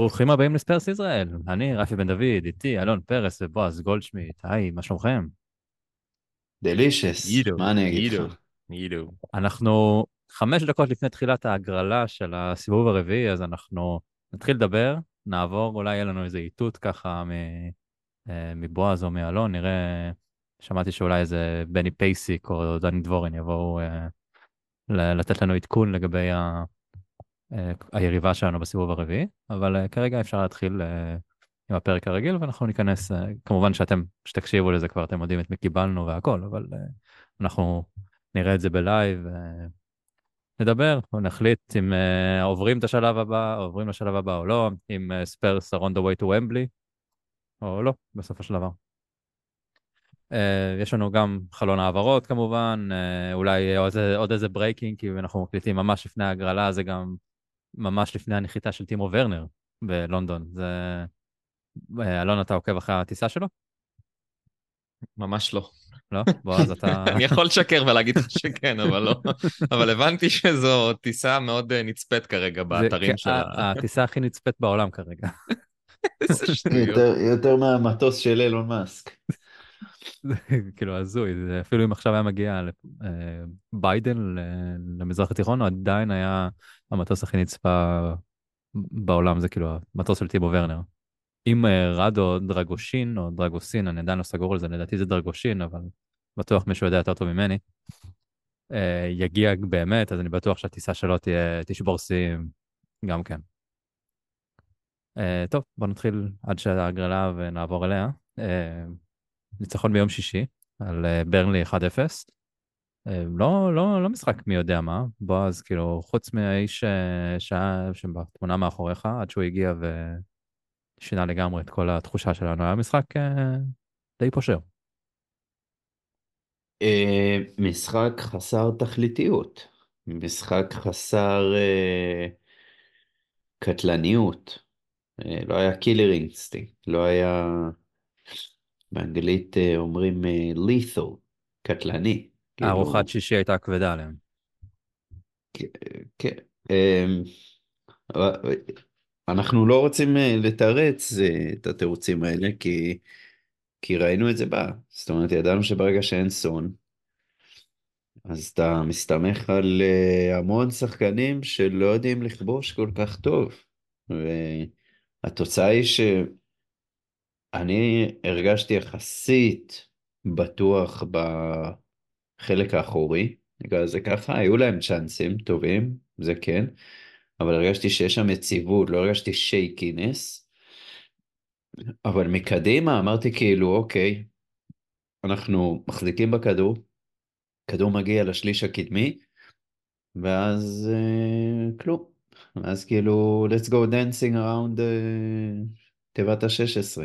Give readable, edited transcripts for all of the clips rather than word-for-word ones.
ברוכים הבאים לספרס ישראל. אני רפי בן דוד, איתי אלון פרס ובועז גולדשמיט. היי, מה שלומכם? דלישס, יידו, מה אני אגיד לך? יידו, יידו. אנחנו 5 דקות לפני תחילת ההגרלה של הסיבוב הרביעי, אז אנחנו נתחיל לדבר, נעבור, אולי יהיה לנו איזה איתות ככה מבועז או מאלון, נראה, שמעתי שאולי איזה בני פייסיק או דני דבורין יבואו לתת לנו עדכון לגבי היריבה שלנו בסיבוב הרביעי, אבל כרגע אפשר להתחיל עם הפרק הרגיל, ואנחנו ניכנס, כמובן שאתם, שתקשיבו לזה כבר, אתם יודעים את מי קיבלנו והכל, אבל אנחנו נראה את זה בלייב, נדבר, ונחליט אם עוברים את השלב הבא, עוברים לשלב הבא או לא, אם ספרס are on the way to Wembley, או לא, בסופו של דבר. יש לנו גם חלון העברות כמובן, אולי עוד איזה ברייקינג, כי אנחנו מקליטים ממש לפני ההגרלה, זה גם ממש לפני הנחיתה של טימו ורנר בלונדון. זה... אלון, אתה עוקב אחרי הטיסה שלו? ממש לא. לא? בועז, אתה... אני יכול לשקר ולהגיד לך שכן, אבל לא. אבל הבנתי שזו טיסה מאוד נצפית כרגע באתרים של הטיסה הכי נצפית בעולם כרגע. איזה שטויות. יותר מהמטוס של אילון מאסק. זה כאילו הזוי, זה אפילו אם עכשיו היה מגיע ביידן למזרח התיכון, הוא עדיין היה המטוס הכי נצפה בעולם, זה כאילו המטוס של טימו ורנר. אם רדו דרגושין או דרגוסין, אני עדיין לא סגור על זה, לדעתי זה דרגושין, אבל בטוח מישהו יודע יותר טוב ממני, יגיע באמת, אז אני בטוח שהטיסה שלו תשבור שיאים גם כן. טוב, בוא נתחיל עד שההגרלה ונעבור אליה. ניצחון ביום שישי על ברנלי 1-0. לא משחק מי יודע מה, בועז, כאילו, חוץ מהאיש שהיה בתמונה מאחוריך, עד שהוא הגיע ושינה לגמרי את כל התחושה שלנו, היה משחק די פושר. משחק חסר תכליתיות, משחק חסר קטלניות, לא היה קילר אינסטינקט, לא היה, באנגלית אומרים lethal, קטלני, הארוחת כאילו, שישי הייתה כבדה עליהם. כן. אנחנו לא רוצים לתרץ את התירוצים האלה, כי ראינו את זה בה. זאת אומרת, ידענו שברגע שאין סון, אז אתה מסתמך על המון שחקנים שלא יודעים לכבוש כל כך טוב. והתוצאה היא שאני הרגשתי יחסית בטוח בחלק האחורי, נקרא לזה ככה, היו להם צ'אנסים טובים, זה כן, אבל הרגשתי שיש שם יציבות, לא הרגשתי שייקינס, אבל מקדימה אמרתי כאילו, אוקיי, אנחנו מחזיקים בכדור, כדור מגיע לשליש הקדמי, ואז כלום. ואז כאילו, let's go dancing around תיבת ה-16.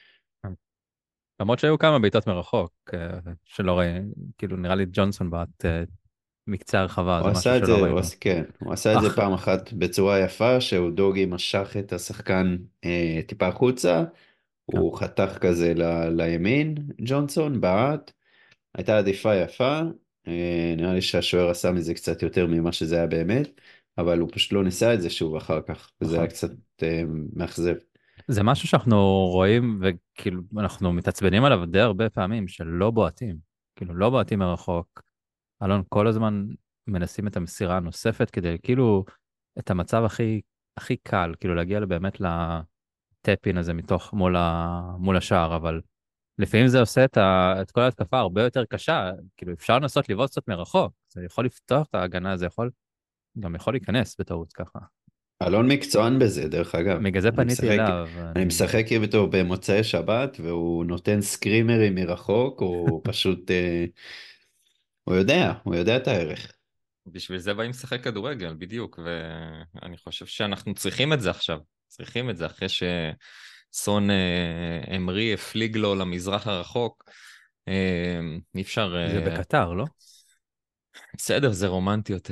למרות שהיו כמה בעיטות מרחוק, שלא ראי, כאילו נראה לי ג'ונסון בעט מקצה הרחבה, הוא זה משהו עשה את שלא זה, ראינו. כן, הוא עשה את זה אך, פעם אחת בצורה יפה, שהוא דוגי משך את השחקן טיפה החוצה, כן, הוא חתך כזה לימין, ג'ונסון, בעט, הייתה עדיפה יפה, נראה לי שהשוער עשה מזה קצת יותר ממה שזה היה באמת, אבל הוא פשוט לא ניסה את זה שוב אחר כך, וזה היה נכון. קצת מאכזב. זה משהו שאנחנו רואים וכאילו אנחנו מתעצבנים עליו די הרבה פעמים, שלא בועטים, כאילו לא בועטים מרחוק. אלון, כל הזמן מנסים את המסירה הנוספת כדי כאילו את המצב הכי קל, כאילו להגיע באמת לטפין הזה מתוך מול השער, אבל לפעמים זה עושה את כל ההתקפה הרבה יותר קשה, כאילו אפשר לנסות לבעוט קצת מרחוק, זה יכול לפתוח את ההגנה, זה גם יכול להיכנס בטעות ככה. אלון מקצוען בזה, דרך אגב. בגלל זה אני פניתי משחק, אליו, אני משחק איתו במוצאי שבת, והוא נותן סקרימרים מרחוק, הוא פשוט, הוא יודע את הערך. בשביל זה באים לשחק כדורגל, בדיוק, ואני חושב שאנחנו צריכים את זה עכשיו. צריכים את זה אחרי שסון אמרי הפליג לו למזרח הרחוק. אי אפשר... זה בקטר, לא? בסדר, זה רומנטי יותר.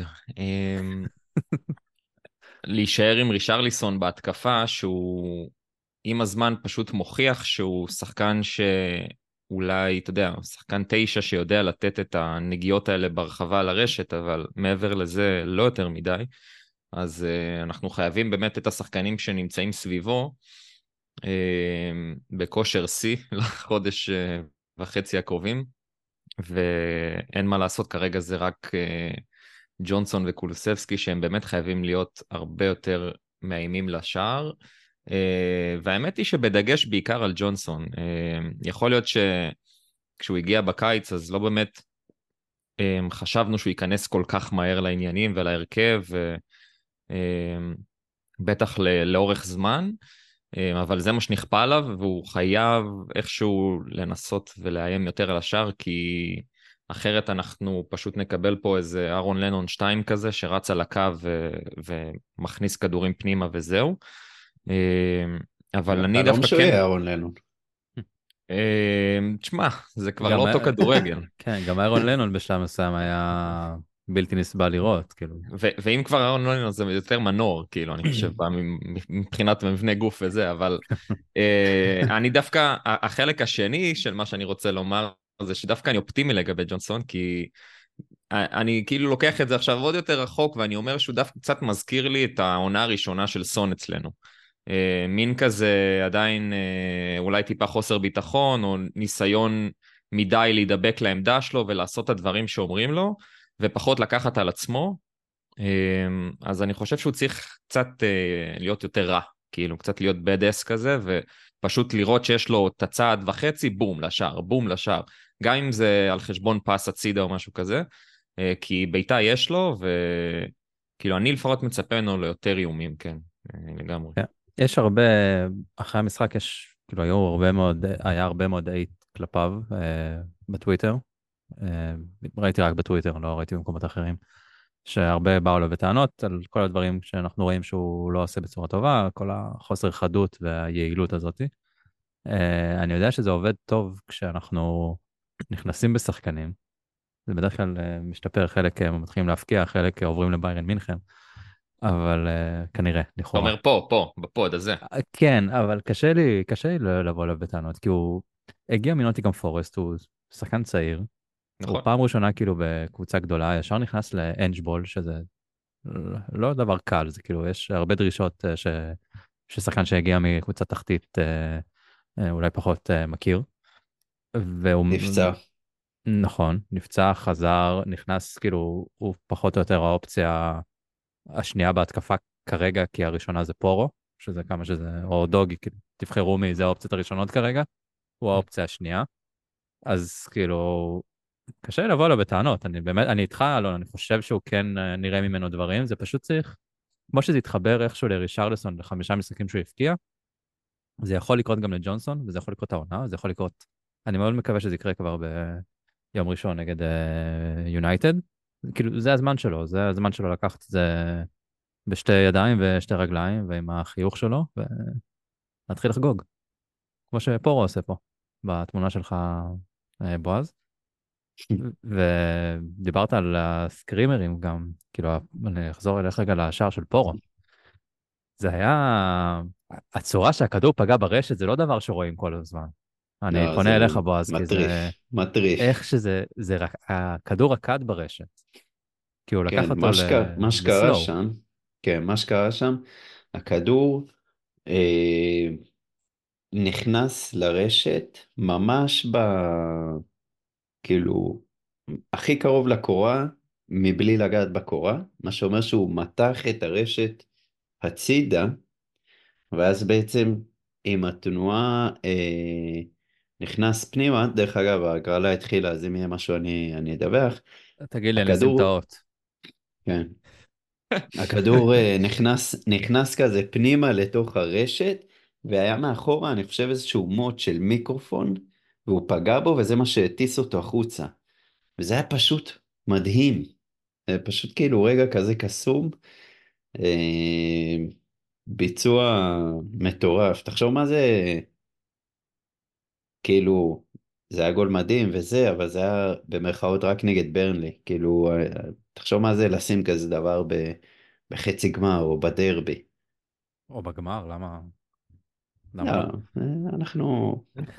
להישאר עם רישרליסון בהתקפה, שהוא עם הזמן פשוט מוכיח שהוא שחקן שאולי, אתה יודע, שחקן 9 שיודע לתת את הנגיעות האלה ברחבה לרשת, אבל מעבר לזה לא יותר מדי. אז אנחנו חייבים באמת את השחקנים שנמצאים סביבו בכושר שיא לחודש וחצי הקרובים, ואין מה לעשות, כרגע זה רק ג'ונסון וקולוסבסקי שהם באמת חייבים להיות הרבה יותר מאיימים לשער, והאמת היא שבדגש בעיקר על ג'ונסון. יכול להיות שכשהוא הגיע בקיץ אז לא באמת חשבנו שהוא ייכנס כל כך מהר לעניינים ולהרכב, בטח לאורך זמן, אבל זה מה שנכפה עליו, והוא חייב איכשהו לנסות ולאיים יותר על השאר, כי אחרת אנחנו פשוט נקבל פה איזה אהרון לנון 2 כזה, שרץ על הקו ומכניס כדורים פנימה וזהו. אבל אני החלום דווקא שהוא כן... יהיה אהרון לנון. תשמע, זה כבר גם לא אותו כדורגל. כן, גם איירון לנון בשלב מסוים היה בלתי נסבל לראות, כאילו. ואם כבר אהרון לנון זה יותר מנור, כאילו, אני חושב, מבחינת מבנה גוף וזה, אבל אני דווקא, החלק השני של מה שאני רוצה לומר, זה שדווקא אני אופטימי לגבי ג'ונסון, כי אני כאילו לוקח את זה עכשיו עוד יותר רחוק, ואני אומר שהוא דווקא קצת מזכיר לי את העונה הראשונה של סון אצלנו. מין כזה עדיין אולי טיפה חוסר ביטחון, או ניסיון מדי להידבק לעמדה שלו ולעשות את הדברים שאומרים לו, ופחות לקחת על עצמו. אז אני חושב שהוא צריך קצת להיות יותר רע, כאילו קצת להיות בדס כזה, ופשוט לראות שיש לו את הצעד וחצי, בום לשער, בום לשער, גם אם זה על חשבון פס הצידה או משהו כזה, כי ביתה יש לו, וכאילו אני לפחות מצפה ממנו ליותר איומים, כן, לגמרי. כן. יש הרבה, אחרי המשחק כאילו היה הרבה מאוד אייט כלפיו בטוויטר. ראיתי רק בטוויטר, לא ראיתי במקומות אחרים, שהרבה באו לו בטענות על כל הדברים שאנחנו רואים שהוא לא עושה בצורה טובה, כל החוסר חדות והיעילות הזאת. אני יודע שזה עובד טוב כשאנחנו נכנסים בשחקנים. זה בדרך כלל משתפר, חלק מתחילים להפקיע, חלק עוברים לביירן מינכן, אבל כנראה, אתה לכאורה. אומר פה, בפוד הזה. כן, אבל קשה לי לבוא אליו בטענות, כי הוא הגיע מנוטינגהאם פורסט, הוא שחקן צעיר, נכון. הוא פעם ראשונה כאילו בקבוצה גדולה, ישר נכנס לאנג'בול, שזה לא דבר קל, זה כאילו, יש הרבה דרישות ששחקן שהגיע מקבוצה תחתית אולי פחות מכיר. והוא... נפצע. נכון, נפצע, חזר, נכנס, כאילו, הוא פחות או יותר האופציה השנייה בהתקפה כרגע, כי הראשונה זה פורו, שזה כמה שזה, או דוגי, כאילו, תבחרו מי, זה האופציות הראשונות כרגע, הוא האופציה השנייה. אז כאילו, קשה לי לבוא לו בטענות, אני באמת, אני איתך, אלון, אני חושב שהוא כן נראה ממנו דברים, זה פשוט צריך, כמו שזה יתחבר איכשהו לרישרלסון, ל5 משחקים שהוא הפקיע, זה יכול לקרות גם לג'ונסון, וזה יכול לקרות העונה, זה יכול לקרות, אני מאוד מקווה שזה יקרה כבר ביום ראשון נגד יונייטד, כאילו זה הזמן שלו, זה הזמן שלו לקחת את זה בשתי ידיים ושתי רגליים, ועם החיוך שלו, ולהתחיל לחגוג, כמו שפורו עושה פה, בתמונה שלך, בועז. ודיברת על הסקרימרים גם, כאילו, אני אחזור אליך רגע לשער של פורו. זה היה, הצורה שהכדור פגע ברשת, זה לא דבר שרואים כל הזמן. אני לא, פונה זה אליך, בועז, כי מטריף, זה, מטריף. איך שזה, זה רק, הכדור רקד ברשת. כי הוא לקח כן, אותו מה שקרה לסלואו. שם, כן, מה שקרה שם, הכדור אה, נכנס לרשת ממש כאילו, הכי קרוב לקורה, מבלי לגעת בקורה, מה שאומר שהוא מתח את הרשת הצידה, ואז בעצם עם התנועה נכנס פנימה, דרך אגב, ההגרלה התחילה, אז אם יהיה משהו אני אדווח. תגיד לי, אני אשים את הכדור, האות. כן, הכדור נכנס כזה פנימה לתוך הרשת, והיה מאחורה, אני חושב, איזשהו מוט של מיקרופון, והוא פגע בו, וזה מה שהטיס אותו החוצה. וזה היה פשוט מדהים. זה פשוט כאילו רגע כזה קסום, אה, ביצוע מטורף. תחשוב מה זה, כאילו, זה היה גול מדהים וזה, אבל זה היה במרכאות רק נגד ברנלי. כאילו, תחשוב מה זה לשים כזה דבר בחצי גמר או בדרבי. או בגמר, למה? לא, למה לא? אנחנו,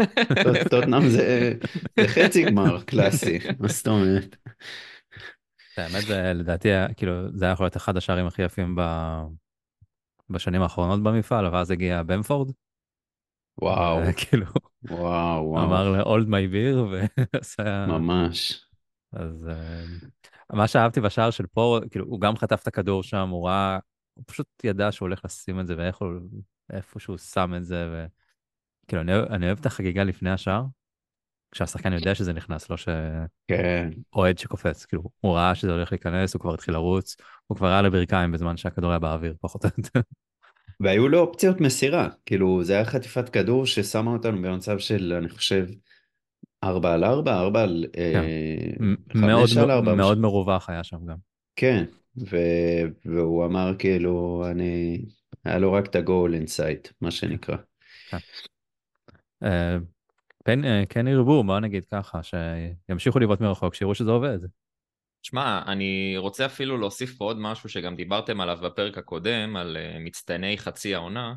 טוטנאם זה חצי גמר קלאסי, מה זאת אומרת? האמת, זה לדעתי, כאילו, זה היה יכול להיות אחד השערים הכי יפים בשנים האחרונות במפעל, ואז הגיע במפורד, וואו, וכאילו, וואו, וואו, אמר ל-Hold my beer, ועשה... ממש. אז מה שאהבתי בשער של פורו, כאילו, הוא גם חטף את הכדור שם, הוא ראה, הוא פשוט ידע שהוא הולך לשים את זה, ואיפה שהוא שם את זה, וכאילו, אני אוהב את החגיגה לפני השער, כשהשחקן יודע שזה נכנס, לא כן. שאוהד שקופץ, כאילו, הוא ראה שזה הולך להיכנס, הוא כבר התחיל לרוץ, הוא כבר היה לברכיים בזמן שהכדור היה באוויר, פחות או יותר. והיו לו אופציות מסירה, כאילו זה היה חטיפת כדור ששמה אותנו במצב של, אני חושב, 4-4, 4 על כן. 5 על 4, מאוד מרווח היה שם גם. כן, והוא אמר כאילו, היה לו רק את הגול אינסייט, מה שנקרא. כן. אה, כן ירבו, בוא נגיד ככה, שימשיכו לבעוט מרחוק, שיראו שזה עובד. שמע, אני רוצה אפילו להוסיף פה עוד משהו שגם דיברתם עליו בפרק הקודם, על מצטייני חצי העונה,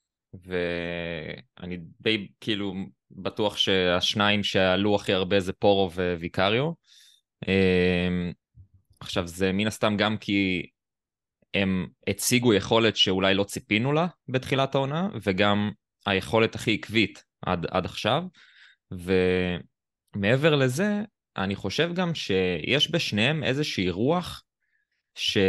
ואני די כאילו בטוח שהשניים שעלו הכי הרבה זה פורו וויקריו. עכשיו זה מן הסתם גם כי הם הציגו יכולת שאולי לא ציפינו לה בתחילת העונה, וגם היכולת הכי עקבית עד עכשיו, ומעבר לזה, אני חושב גם שיש בשניהם איזושהי רוח ש...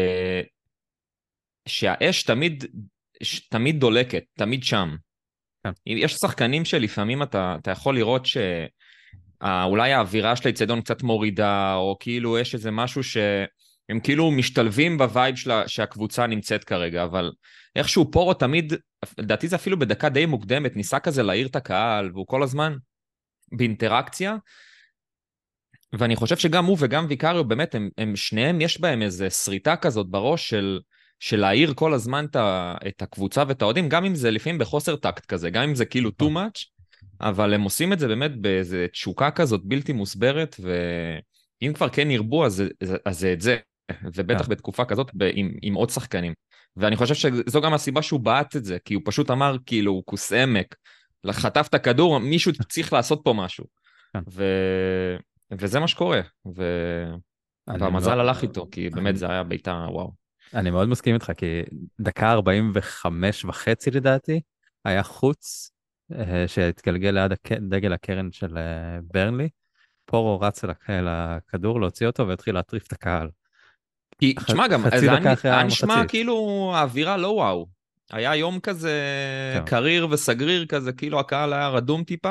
שהאש תמיד דולקת, תמיד שם. כן. יש שחקנים שלפעמים אתה יכול לראות שאולי האווירה של האצטדיון קצת מורידה, או כאילו יש איזה משהו שהם כאילו משתלבים בווייב שהקבוצה נמצאת כרגע, אבל איכשהו פורו תמיד, לדעתי זה אפילו בדקה די מוקדמת, ניסה כזה להעיר את הקהל, והוא כל הזמן באינטראקציה, ואני חושב שגם הוא וגם ויקריו, באמת, הם שניהם יש בהם איזה שריטה כזאת בראש של להעיר כל הזמן את הקבוצה ואת האוהדים, גם אם זה לפעמים בחוסר טקט כזה, גם אם זה כאילו too much, אבל הם עושים את זה באמת באיזה תשוקה כזאת בלתי מוסברת, ואם כבר כן ירבו, אז זה את זה, ובטח בתקופה כזאת עם עוד שחקנים. ואני חושב שזו גם הסיבה שהוא בעט את זה, כי הוא פשוט אמר, כאילו, הוא כוס עמק, חטף את הכדור, מישהו צריך לעשות פה משהו. כן. וזה מה שקורה, והמזל מאוד- הלך איתו, כי באמת זה היה ביתה, וואו. אני מאוד מסכים איתך, כי דקה 45 וחצי לדעתי, היה חוץ שהתגלגל ליד דגל הקרן של ברנלי, פורו רץ לכדור להוציא אותו והתחיל להטריף את הקהל. כי, תשמע, גם, חצי זה דקה אחרי היה נשמע המחצית. כאילו האווירה לא וואו. היה יום כזה כן. קריר וסגריר כזה, כאילו הקהל היה רדום טיפה,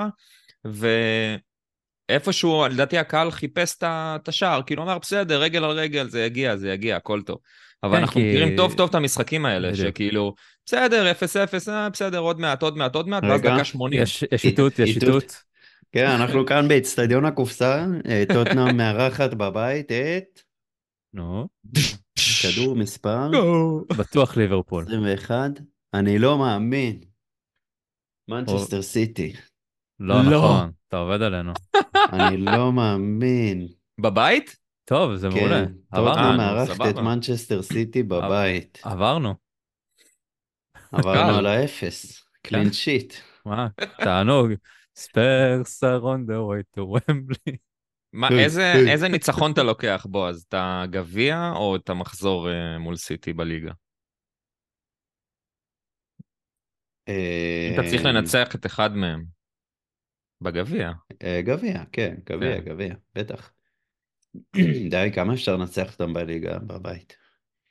ואיפשהו, לדעתי הקהל חיפש את השער, כאילו אמר, בסדר, רגל על רגל, זה יגיע, הכל טוב. אבל כן, אנחנו כי... מכירים טוב טוב את המשחקים האלה, בדיוק. שכאילו, בסדר, 0-0, בסדר, עוד מעט, ואז רגע, דקה 80. יש איתות, יש איתות. כן, אנחנו כאן באצטדיון הקופסה, טוטנהאם מארחת בבית את נו, כדור מספר בטוח ליברפול. 21, אני לא מאמין, מנצ'סטר סיטי, לא לא. נכון, אתה עובד עלינו. אני לא מאמין, בבית? טוב, זה מעולה. כן, טוטנהאם נו, מארחת את סבבה. מנצ'סטר סיטי בבית, עברנו. עברנו קל. על האפס, קלין שיט. מה? תענוג. ספרס are on the way to Wembley. איזה ניצחון אתה לוקח, בועז? את הגביע או את המחזור מול סיטי בליגה? אם אתה צריך לנצח את אחד מהם. בגביע. גביע, כן, כן. גביע, בטח. די, כמה אפשר לנצח אותם בליגה בבית?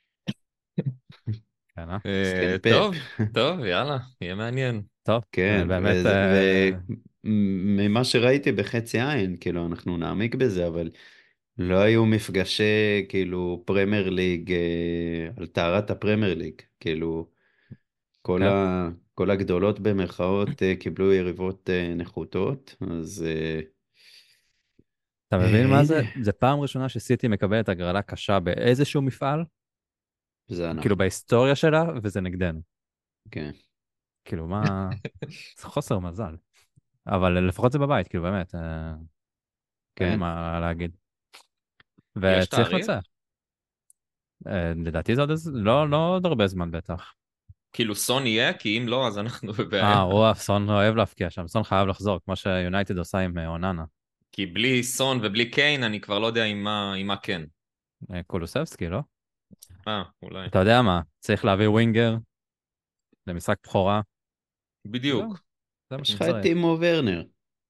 כן, מסכן פפ. טוב, יאללה, יהיה מעניין. טוב, כן, באמת... וממה שראיתי בחצי עין, כאילו, אנחנו נעמיק בזה, אבל לא היו מפגשי, כאילו, פרמייר ליג, על טהרת הפרמייר ליג, כאילו, כן. כל הגדולות במרכאות קיבלו יריבות נחותות, אז אתה מבין מה זה? הנה, זה פעם ראשונה שסיטי מקבלת הגרלה קשה באיזשהו מפעל, זה כאילו אנחנו, בהיסטוריה שלה, וזה נגדנו. כן. כאילו, מה... זה חוסר מזל. אבל לפחות זה בבית, כאילו, באמת. אין לי כן. מה להגיד. יש וצריך תאריך? לצאת. לדעתי זה לא עוד הרבה זמן בטח. כאילו סון יהיה, כי אם לא, אז אנחנו בבעיה. סון אוהב להפקיע שם, סון חייב לחזור, כמו שיונייטד עושה עם אוננה. כי בלי סון ובלי קיין, אני כבר לא יודע עם מה כן. קולוסבסקי, לא? אולי. אתה יודע מה, צריך להביא ווינגר למשחק בכורה, זהו, בדיוק. זה מה יש לך את שצריך. טימו ורנר.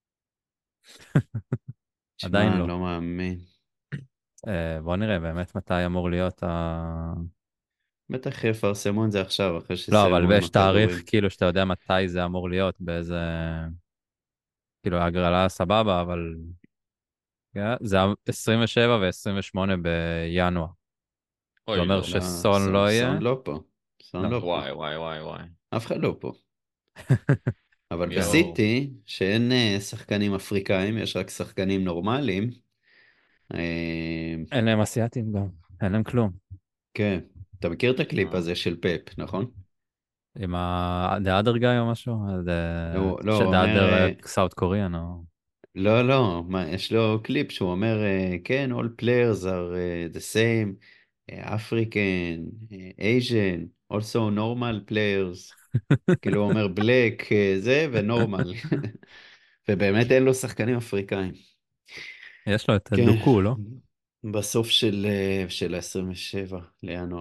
עדיין שמע, לא. לא מאמין. בוא נראה באמת מתי אמור להיות בטח יפרסמו את זה עכשיו, אחרי לא, שסיימו אבל עם יש תאריך הכדורים. כאילו שאתה יודע מתי זה אמור להיות, באיזה... כאילו הגרלה סבבה, אבל... זה 27 ו-28 בינואר. זה אוי, אומר לא. לא, שסון לא יהיה? סון לא פה. סון לא. לא פה. וואי, וואי, וואי, וואי. אף אחד לא פה. אבל יואו. בסיטי, שאין שחקנים אפריקאים, יש רק שחקנים נורמליים, אה, אין להם אסייתים גם, אין להם כלום. כן. אתה מכיר את הקליפ שמע, הזה של פפ, נכון? עם The other guy או משהו? לא, הוא The אומר, other South Korean או... לא, מה, יש לו קליפ שהוא אומר, כן, all players are the same, African, Asian, also normal players, כאילו הוא אומר בלק, זה, ונורמל. ובאמת אין לו שחקנים אפריקאים. יש לו את כן, דוקו, לא? בסוף של ה-27 לינואר,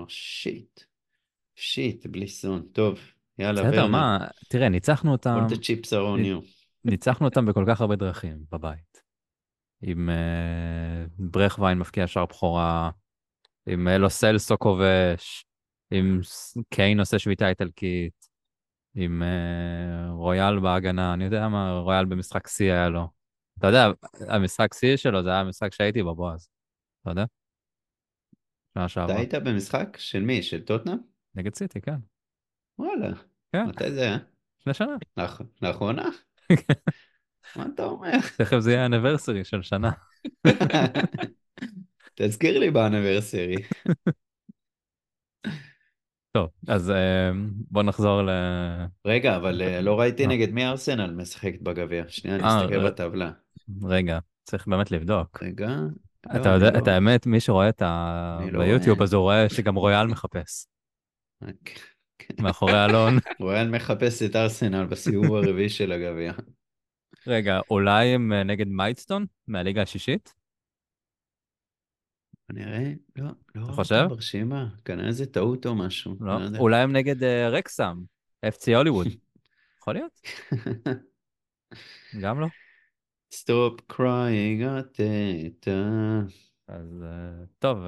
שיט, בלי סון. טוב, יאללה, בסדר, ורנר, מה? תראה, ניצחנו all אותם, the chips are on you. ניצחנו אותם בכל כך הרבה דרכים בבית. עם ברכווין מפקיע שער בכורה, עם לו סלסו כובש, עם קיין עושה שביתה איטלקית, עם רויאל בהגנה, אני יודע מה, רויאל במשחק שיא היה לו. אתה יודע, המשחק שיא שלו זה היה המשחק שהייתי בו, בועז. אתה יודע? שנה אתה שעברה. היית במשחק של מי? של טוטנאם? נגד סיטי, כן. וואלה, כן, מתי זה היה? לפני שנה. לאחרונה? מה אתה אומר? תכף זה יהיה האניברסרי של שנה. תזכיר לי באניברסרי. טוב, אז בוא נחזור ל... רגע, אבל לא ראיתי אה, נגד מי ארסנל משחקת בגביע. שנייה, אני אסתכל בטבלה. רגע, צריך באמת לבדוק. רגע, אתה לא, אני יודע, לא, את האמת, מי שרואה אני לא רואה. ביוטיוב, אז הוא רואה שגם רויאל מחפש. רק- מאחורי אלון. רויאל מחפש את ארסנל בסיבוב הרביעי של הגביע. רגע, אולי הם נגד מיידסטון מהליגה השישית? נראה, לא, לא אתה רואה חושב? אותם ברשימה. כנראה זה טעות או משהו, לא. לא יודע. אולי הם נגד רקסם, FC הוליווד. יכול להיות? גם לא. Stop crying, אטטה. אז טוב,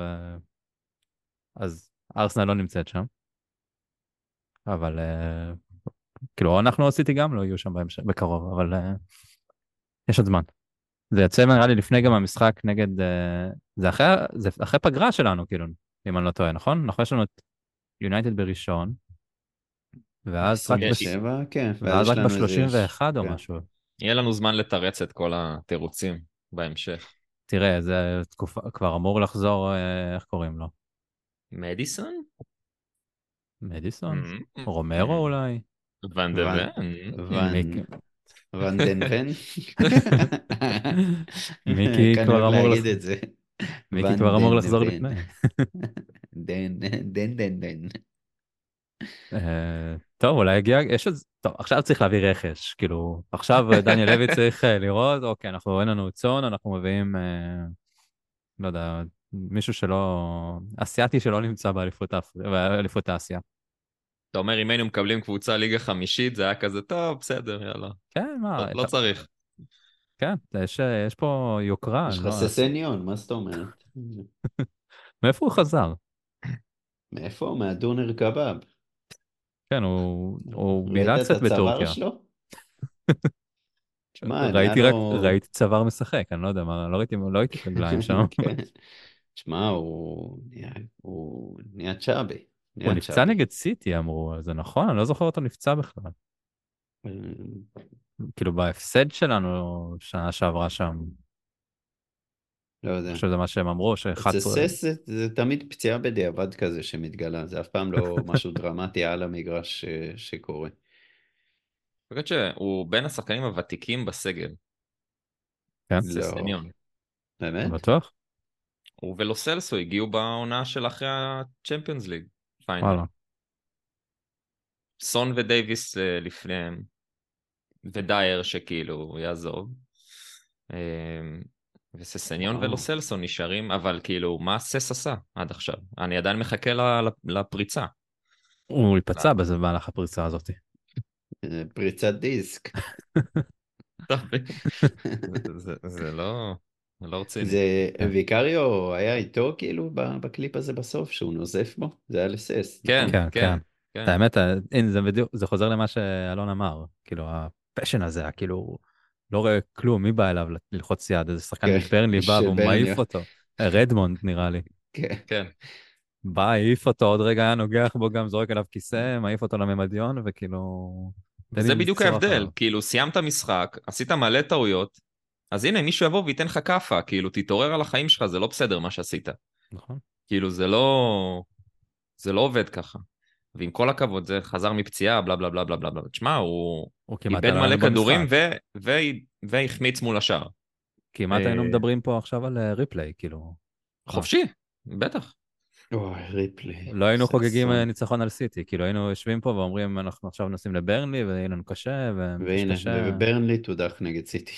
אז ארסנל לא נמצאת שם, אבל כאילו אנחנו עשיתי גם לא יהיו שם בהמשך, בקרוב, אבל יש עוד זמן. זה יוצא נראה לי לפני גם המשחק נגד, זה אחרי פגרה שלנו, כאילו, אם אני לא טועה, נכון? נכון, יש לנו את יונייטד בראשון, ואז רק, 27, כן, ואז ואז יש רק לנו איזה... ב-31 או כן. משהו. יהיה לנו זמן לתרץ את כל התירוצים בהמשך. תראה, זה תקופה, כבר אמור לחזור, איך קוראים לו? מדיסון? מדיסון? רומרו אולי? ואן דה ון, ון? ון, מיקי, ון דן ון? מיקי כאן כבר אוהב אמור להגיד את זה. מיקי ון כבר אמור דן לחזור ון. לפני. דן. טוב, אולי הגיע, יש עוד, טוב, עכשיו צריך להביא רכש, כאילו, עכשיו דניאל לוי צריך לראות, אוקיי, אין לנו צאן, אנחנו מביאים, לא יודע, מישהו שלא, אסיאתי שלא נמצא באליפות אסיה. אתה אומר, אם היינו מקבלים קבוצה ליגה חמישית, זה היה כזה, טוב, בסדר, יאללה. כן, מה, לא צריך. כן, יש פה יוקרה, יש לך לא, ססניון, מה זאת אומרת? מאיפה הוא חזר? מאיפה? מהדונר קבב. כן, הוא ראית בילה את קצת הצוואר בטורקיה. שלו? תשמע, נהיה לו... ראיתי צוואר משחק, אני לא יודע מה, לא ראיתי רגליים שם. כן. תשמע, הוא נהיה צ'אבי. הוא נהיה נפצע צ'אבי. נגד סיטי, אמרו, זה נכון? אני לא זוכר אותו נפצע בכלל. כאילו בהפסד שלנו שנה שעברה שם, לא אני יודע. חושב שזה מה שהם אמרו, ש-11... זה תמיד פציעה בדיעבד כזה שמתגלה, זה אף פעם לא משהו דרמטי על המגרש שקורה. אני חושב שהוא בין השחקנים הוותיקים בסגל. כן, לא, ססניון. אתה באמת? בטוח? הוא ולו סלסו הגיעו בעונה של אחרי הצ'מפיונס ליג, פיינל. וואלה. סון ודייביס לפניהם, ודייר שכאילו הוא יעזוב. וססניון ולו וואו. סלסו נשארים, אבל כאילו, מה סס עשה עד עכשיו? אני עדיין מחכה לפריצה. הוא ייפצע בזה במהלך הפריצה הזאת. פריצת דיסק. אתה מבין? זה לא רציני. זה כן, ויקריו היה איתו כאילו בקליפ הזה בסוף, שהוא נוזף בו? זה היה לסס, כן, נכון? כן, כן, כן. כן. האמת, הנה, זה בדיוק, זה חוזר למה שאלון אמר. כאילו, הפשן הזה, כאילו, לא רואה כלום, מי בא אליו ללחוץ יד? איזה שחקן כן, מברנלי בא של והוא ברניה. מעיף אותו. רדמונד, נראה לי. כן. כן. בא, העיף אותו, עוד רגע היה נוגח בו, גם זורק עליו כיסא, מעיף אותו לממדיון, וכאילו, תן לי וזה בדיוק לצרוח ההבדל, עליו. כאילו סיימת משחק, עשית מלא טעויות, אז הנה מישהו יבוא וייתן לך כאפה, כאילו תתעורר על החיים שלך, זה לא בסדר מה שעשית. נכון. כאילו זה לא עובד ככה. ועם כל הכבוד, זה חזר מפציעה, בלה בלה בלה בלה בלה בלה. תשמע, הוא הוא כמעט איבד עלה מלא לנו כדורים במשחק. והחמיץ מול השאר. כמעט היינו אה, מדברים פה עכשיו על ריפליי, כאילו. חופשי, בטח. אוי, ריפלי, לא היינו זה חוגגים אסון. ניצחון על סיטי, כאילו היינו יושבים פה ואומרים, אנחנו עכשיו נוסעים לברנלי, ויהיה לנו קשה, והנה, ומקשקשה, וברנלי תודח נגד סיטי.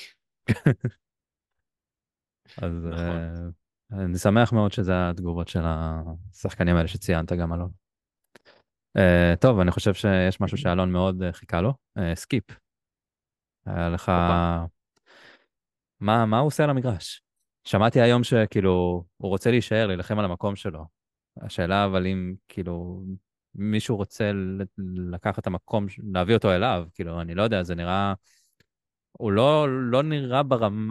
אז נכון. אני שמח מאוד שזה התגובות של השחקנים האלה שציינת גם, אלון. טוב, אני חושב שיש משהו שאלון מאוד חיכה לו, סקיפ. היה לך, הופה. מה הוא עושה על המגרש? שמעתי היום שכאילו, הוא רוצה להישאר, להילחם על המקום שלו. השאלה אבל אם כאילו מישהו רוצה לקחת את המקום, להביא אותו אליו, כאילו, אני לא יודע, זה נראה, הוא לא נראה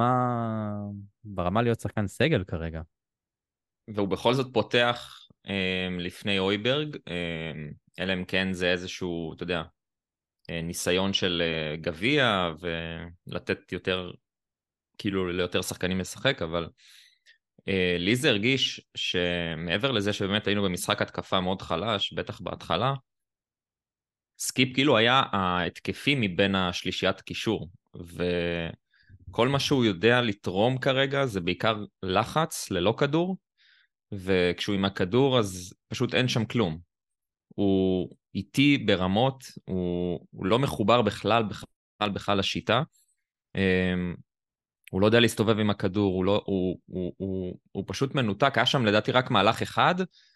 ברמה להיות שחקן סגל כרגע. והוא בכל זאת פותח לפני אויברג, אלא אם כן זה איזשהו, אתה יודע, ניסיון של גביע, ולתת יותר, כאילו ליותר שחקנים לשחק, אבל לי זה הרגיש שמעבר לזה שבאמת היינו במשחק התקפה מאוד חלש, בטח בהתחלה, סקיפ כאילו היה ההתקפי מבין השלישיית קישור, וכל מה שהוא יודע לתרום כרגע זה בעיקר לחץ ללא כדור, וכשהוא עם הכדור אז פשוט אין שם כלום. הוא איטי ברמות, הוא לא מחובר בכלל לשיטה, הוא לא יודע להסתובב עם הכדור, הוא פשוט מנותק, היה שם לדעתי רק מהלך אחד,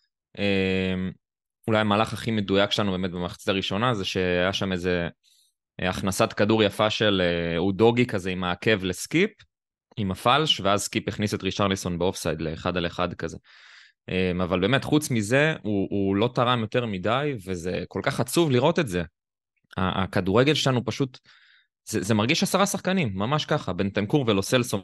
אולי המהלך הכי מדויק שלנו באמת במחצית הראשונה, זה שהיה שם איזה הכנסת כדור יפה של אודוגי כזה עם העקב לסקיפ, עם הפלש, ואז סקיפ הכניס את רישרליסון באופסייד לאחד על אחד כזה. אבל באמת, חוץ מזה, הוא לא תרם יותר מדי, וזה כל כך עצוב לראות את זה. הכדורגל שלנו פשוט, זה מרגיש 10 שחקנים, ממש ככה, בנטנקור ולו סלסון.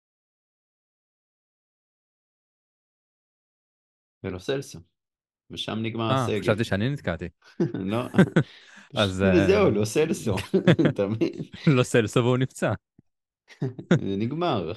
ולא סלסון. ושם נגמר הסגל. חשבתי שאני נתקעתי. לא, פשוט אז וזהו, לא סלסון. אתה מבין? לא סלסו והוא נפצע. זה נגמר.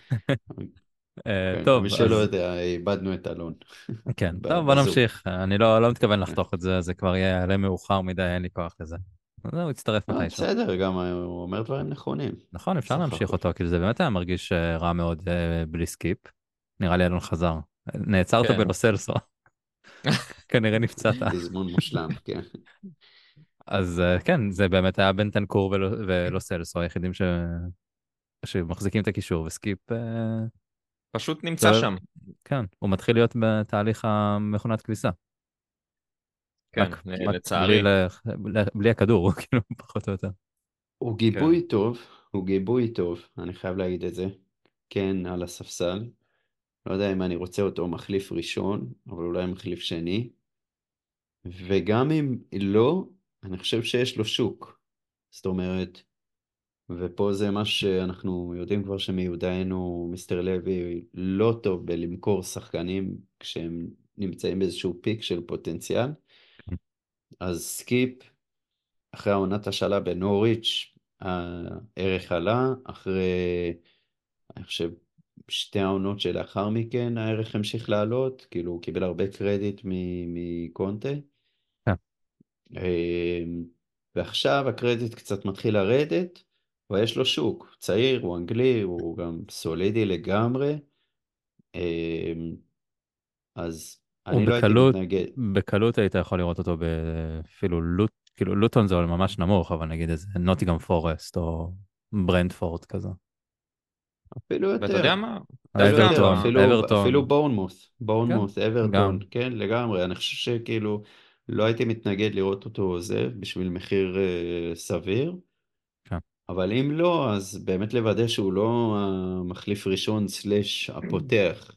כן, למי טוב, שלא אז יודע, איבדנו את אלון כן, טוב, בוא בזום. נמשיך. אני לא מתכוון לחתוך את זה, זה כבר יעלה מאוחר מדי, אין לי כוח לזה. אז הוא יצטרף מתישהו. בסדר, גם הוא אומר דברים נכונים. נכון, אפשר בסך להמשיך הכל. אותו, כי זה באמת היה מרגיש רע מאוד בלי סקיפ. נראה לי אלון חזר. נעצרת כן. בלו סלסו, כנראה נפצעת. תזמון מושלם, כן. אז כן, זה באמת היה בנטנקור ולו סלסו, היחידים שמחזיקים את הקישור, וסקיפ, פשוט נמצא זה- שם. כן, הוא מתחיל להיות בתהליך המכונת כביסה. כן, רק לצערי. בלי הכדור, כאילו, פחות או יותר. הוא כן. גיבוי טוב, הוא גיבוי טוב, אני חייב להגיד את זה. כן, על הספסל. לא יודע אם אני רוצה אותו מחליף ראשון, אבל אולי מחליף שני. וגם אם לא, אני חושב שיש לו שוק. זאת אומרת, ופה זה מה שאנחנו יודעים כבר שמיודענו, מיסטר לוי לא טוב בלמכור שחקנים כשהם נמצאים באיזשהו פיק של פוטנציאל. אז סקיפ, אחרי העונת השאלה בנוריץ', הערך עלה, אחרי, אני חושב, שתי העונות שלאחר מכן הערך המשיך לעלות, כאילו הוא קיבל הרבה קרדיט מקונטה. כן. ועכשיו הקרדיט קצת מתחיל לרדת, אבל יש לו שוק, צעיר, הוא אנגלי, הוא גם סולידי לגמרי, אז הוא אני לא הייתי מתנגד. בקלות היית יכול לראות אותו אפילו כאילו לוטון זה ממש נמוך, אבל נגיד איזה נוטיגאם פורסט או ברנדפורד כזה. אפילו ואתה יודע יותר. מה? אפילו יותר, וסטאם. אפילו אברטון, כן, בורנמוס, גם. אברטון, כן, לגמרי. אני חושב שכאילו לא הייתי מתנגד לראות אותו זה בשביל מחיר סביר, כן, אבל אם לא, אז באמת לוודא שהוא לא המחליף ראשון סלש הפותח,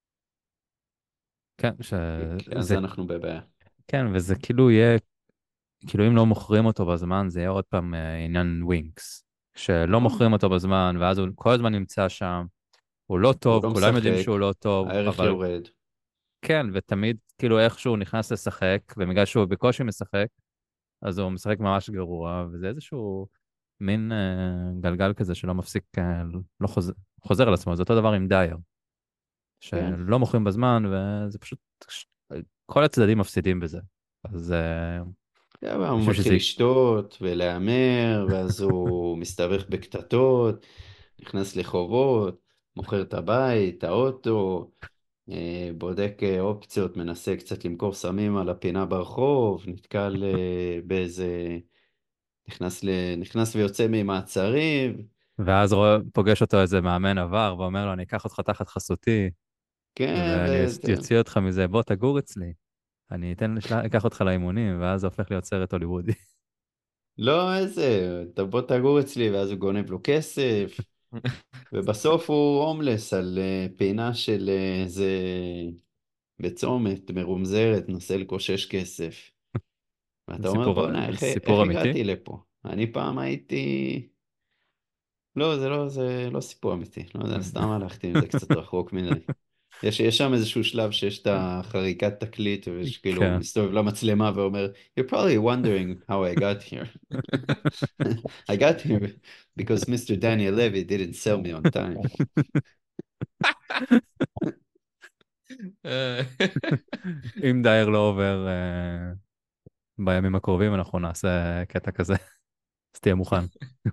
כן, כי אז אנחנו בבעיה. כן, וזה כאילו יהיה, כאילו אם לא מוכרים אותו בזמן, זה יהיה עוד פעם עניין ווינקס. כשלא לא, מוכרים אותו בזמן, ואז הוא כל הזמן נמצא שם, הוא לא הוא טוב, לא כולם יודעים משחק, שהוא לא טוב, הערך אבל יורד. כן, ותמיד כאילו איכשהו הוא נכנס לשחק, ובגלל שהוא בקושי משחק, אז הוא משחק ממש גרוע, וזה איזשהו מין גלגל כזה שלא מפסיק, לא חוזר על עצמו, זה אותו דבר עם דייר, כן. שלא מוכרים בזמן, וזה פשוט, כל הצדדים מפסידים בזה. אז אני הוא חושב שזה, מתחיל לשתות ולהמר, ואז הוא מסתבך בקטטות, נכנס לחובות, מוכר את הבית, את האוטו, בודק אופציות, מנסה קצת למכור סמים על הפינה ברחוב, נתקל באיזה, נכנס ויוצא ממעצרים, ואז פוגש אותו איזה מאמן עבר, ואומר לו, אני אקח אותך תחת חסותי, כן, ואני אוציא אותך מזה, בוא תגור אצלי, אקח אותך לאימונים, ואז זה הופך להיות סרט הוליוודי. לא איזה, אתה בוא תגור אצלי, ואז הוא גונב לו כסף, ובסוף הוא הומלס על פינה של איזה בצומת מרומזרת, נסה לקושש כסף. זה ואתה אומר, סיפור, בוא'נה, סיפור איך אמיתי? הגעתי לפה? אני פעם הייתי... לא, זה לא סיפור אמיתי. לא יודע, סתם הלכתי עם זה קצת רחוק מדי. יש שם איזשהו שלב שיש את החריקת תקליט, ושכאילו הוא כן. מסתובב למצלמה ואומר, You're probably wondering how I got here. I got here because Mr. Daniel Levy didn't sell me on time. אם דייר לא עובר בימים הקרובים, אנחנו נעשה קטע כזה, אז תהיה מוכן.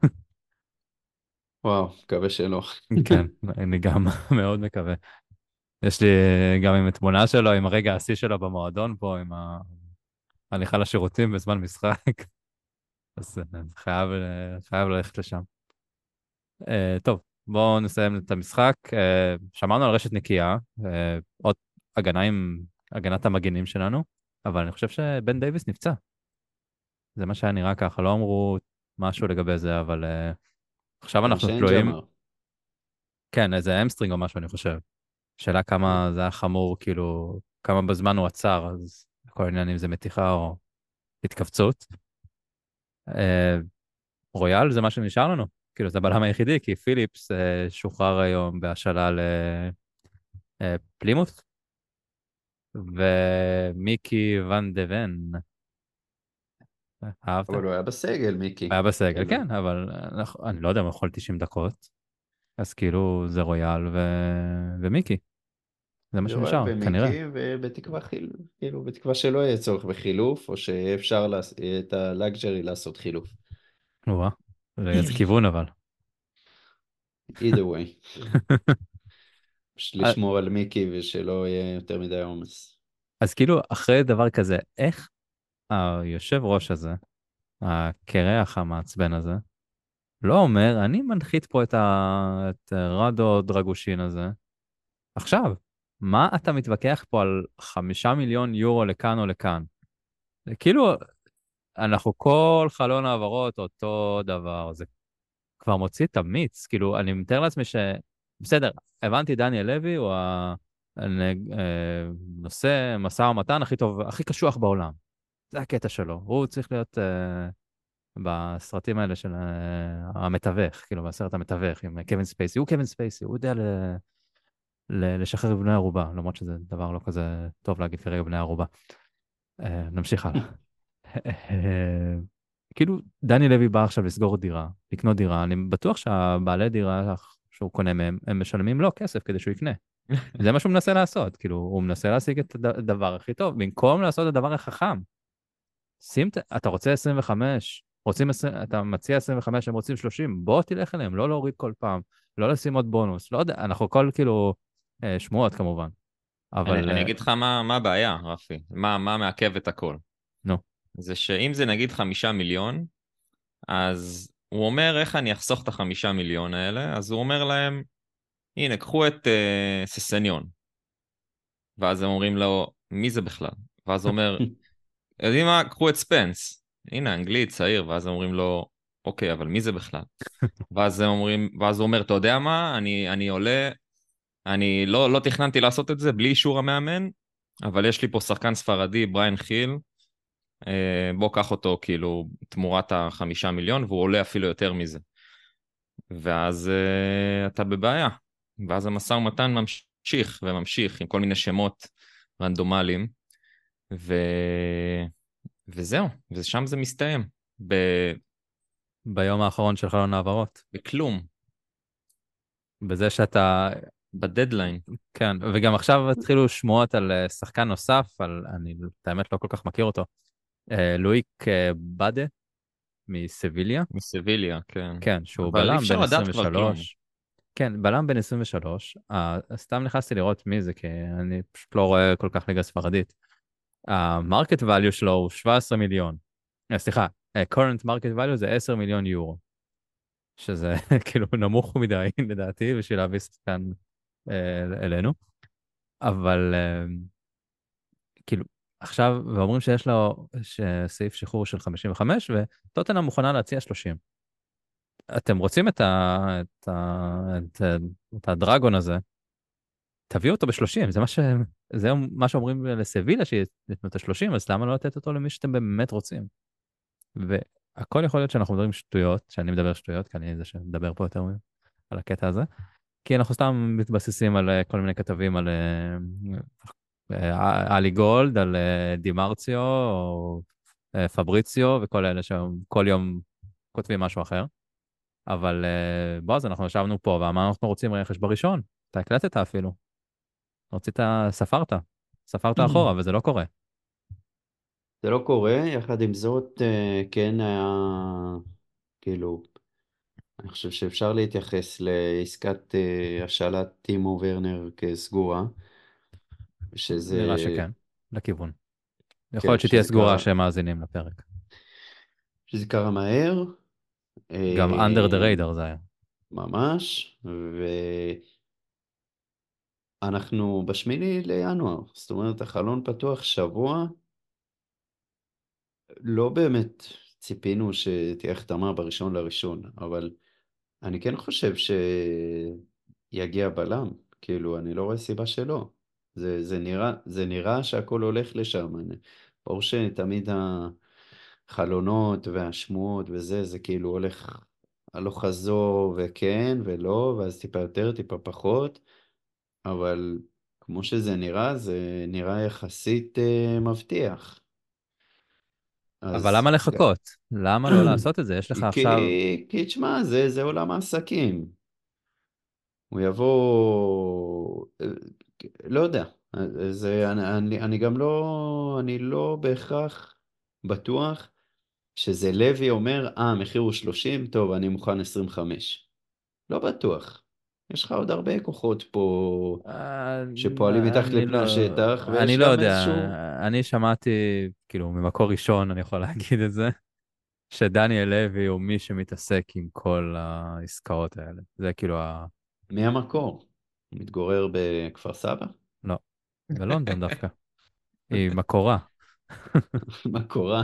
וואו, מקווה שלא. כן, אני גם מאוד מקווה. יש לי גם עם תמונה שלו, עם הרגע השיא שלו במועדון פה, עם ההליכה לשירותים בזמן משחק, אז חייב ללכת לשם. טוב, בואו נסיים את המשחק. שמענו על רשת נקייה, עוד הגנה עם הגנת המגינים שלנו, אבל אני חושב שבן דייוויס נפצע. זה מה שהיה נראה ככה, לא אמרו משהו לגבי זה, אבל עכשיו כמו אנחנו שאנג' תלויים, אמר. כן, איזה אמסטרינג או משהו, אני חושב. שאלה כן. כמה זה היה חמור, כאילו, כמה בזמן הוא עצר, אז כל העניין אם זה מתיחה או התכווצות. אה, רויאל זה מה שנשאר לנו, כאילו זה הבלם היחידי, כי פיליפס שוחרר היום בהשאלה לפלימוס, ומיקי ון דה ון, אהבת? אבל הוא היה בסגל, מיקי. היה בסגל, כאילו. כן, אבל אני לא יודע אם הוא יכול 90 דקות, אז כאילו זה רויאל ומיקי, זה מה יורד שנשאר, כנראה. ומיקי, כאילו, בתקווה שלא יהיה צורך בחילוף, או שיהיה אפשר את הלאגג'רי לעשות חילוף. וואה, לאיזה כיוון אבל. either way. פשוט לשמור על מיקי ושלא יהיה יותר מדי עומס. אז כאילו, אחרי דבר כזה, איך היושב ראש הזה, הקרח המעצבן הזה, לא אומר, אני מנחית פה את רדו דרגושין הזה. עכשיו, מה אתה מתווכח פה על 5 מיליון יורו לכאן או לכאן? זה כאילו, אנחנו כל חלון העברות אותו דבר, זה כבר מוציא את המיץ, כאילו, אני מתאר לעצמי בסדר, הבנתי, דניאל לוי הוא הנושא משא ומתן הכי טוב, הכי קשוח בעולם. זה הקטע שלו, הוא צריך להיות בסרטים האלה של המתווך, כאילו בסרט המתווך עם קווין ספייסי, הוא קווין ספייסי, הוא יודע לשחרר בני ערובה, למרות שזה דבר לא כזה טוב להגיד כרגע בני ערובה. נמשיך הלאה. כאילו, דני לוי בא עכשיו לסגור דירה, לקנות דירה, אני בטוח שהבעלי דירה שהוא קונה מהם, הם משלמים לו כסף כדי שהוא יקנה. זה מה שהוא מנסה לעשות, כאילו, הוא מנסה להשיג את הדבר הכי טוב, במקום לעשות את הדבר החכם. אתה רוצה 25, אתה מציע 25, הם רוצים 30, בוא תלך אליהם, לא להוריד כל פעם, לא לשים עוד בונוס, לא יודע, אנחנו כל כאילו שמועות כמובן, אבל אני אגיד לך מה הבעיה, רפי, מה מעכב את הכל. נו, זה שאם זה נגיד 5 מיליון, אז הוא אומר איך אני אחסוך את ה5 מיליון האלה, אז הוא אומר להם, הנה, קחו את ססניון. ואז הם אומרים לו, מי זה בכלל? ואז הוא אומר, יודעים מה, קחו את ספנס. הנה, אנגלית, צעיר. ואז הם אומרים לו, אוקיי, אבל מי זה בכלל? ואז הוא אומר, אתה יודע מה, אני עולה, אני לא תכננתי לעשות את זה בלי אישור המאמן, אבל יש לי פה שחקן ספרדי, בריין חיל, בוא קח אותו כאילו תמורת ה5 מיליון, והוא עולה אפילו יותר מזה. ואז אתה בבעיה. ואז המשא ומתן ממשיך וממשיך עם כל מיני שמות רנדומליים, ו... וזהו, ושם זה מסתיים. ביום האחרון של חלון העברות. בכלום, בזה שאתה, בדדליין. כן, וגם עכשיו התחילו שמועות על שחקן נוסף, אני את האמת לא כל כך מכיר אותו, לואיק בדה מסביליה, מסביליה, כן. כן, שהוא אבל אי בלם אפשר בן לדעת כבר כלום. 23, כן, בלם בן 23, סתם נכנסתי לראות מי זה, כי אני פשוט לא רואה כל כך ליגה ספרדית. המרקט value שלו הוא 17 מיליון, סליחה, current market value זה 10 מיליון יורו, שזה כאילו נמוך מדי לדעתי בשביל להביא שחקן אלינו, אבל כאילו עכשיו, ואומרים שיש לו סעיף שחרור של 55, וטוטנהאם מוכנה להציע 30. אתם רוצים את הדרגון הזה, תביאו אותו ב-30, זה מה שאומרים לסבילה שייתנו את ה-30, אז למה לא לתת אותו למי שאתם באמת רוצים? והכל יכול להיות שאנחנו מדברים שטויות, שאני מדבר שטויות, כי אני זה שמדבר פה יותר על הקטע הזה, כי אנחנו סתם מתבססים על כל מיני כתבים על אלי גולד, על דימרציו, או פבריציו, וכל אלה שכל יום כותבים משהו אחר. אבל בועז, אנחנו ישבנו פה ואמרנו, אנחנו רוצים רכש בראשון. אתה הקלטת אפילו. רצית, ספרת אחורה, וזה לא קורה. זה לא קורה, יחד עם זאת, כן היה, כאילו, אני חושב שאפשר להתייחס לעסקת השאלת טימו ורנר כסגורה, שזה, נראה שכן, לכיוון. יכול כן, להיות שתהיה סגורה שהם מאזינים לפרק. שזה קרה מהר, גם under the radar זה היה. ממש, ואנחנו ב8 לינואר, זאת אומרת, החלון פתוח שבוע, לא באמת ציפינו שתהיה החתמה ב1 לינואר, אבל אני כן חושב שיגיע בלם, כאילו, אני לא רואה סיבה שלא. זה נראה שהכל הולך לשם. ברור שתמיד החלונות והשמועות וזה, זה כאילו הולך הלוך חזור וכן ולא, ואז טיפה יותר, טיפה פחות, אבל כמו שזה נראה, זה נראה יחסית מבטיח. אבל אז למה לחכות? למה לא לעשות את זה? יש לך עכשיו... כי תשמע, זה עולם העסקים. הוא יבוא, לא יודע, אני גם לא, אני לא בהכרח בטוח שזה לוי אומר, המחיר הוא 30, טוב, אני מוכן 25. לא בטוח. יש לך עוד הרבה כוחות פה שפועלים מתחת לפני השטח, אני ויש לא גם יודע, איזשהו... אני שמעתי, כאילו, ממקור ראשון, אני יכול להגיד את זה, שדניאל לוי הוא מי שמתעסק עם כל העסקאות האלה. זה כאילו מי המקור? הוא מתגורר בכפר סבא? לא, בלונדון דווקא. היא מקורה. מה קורה?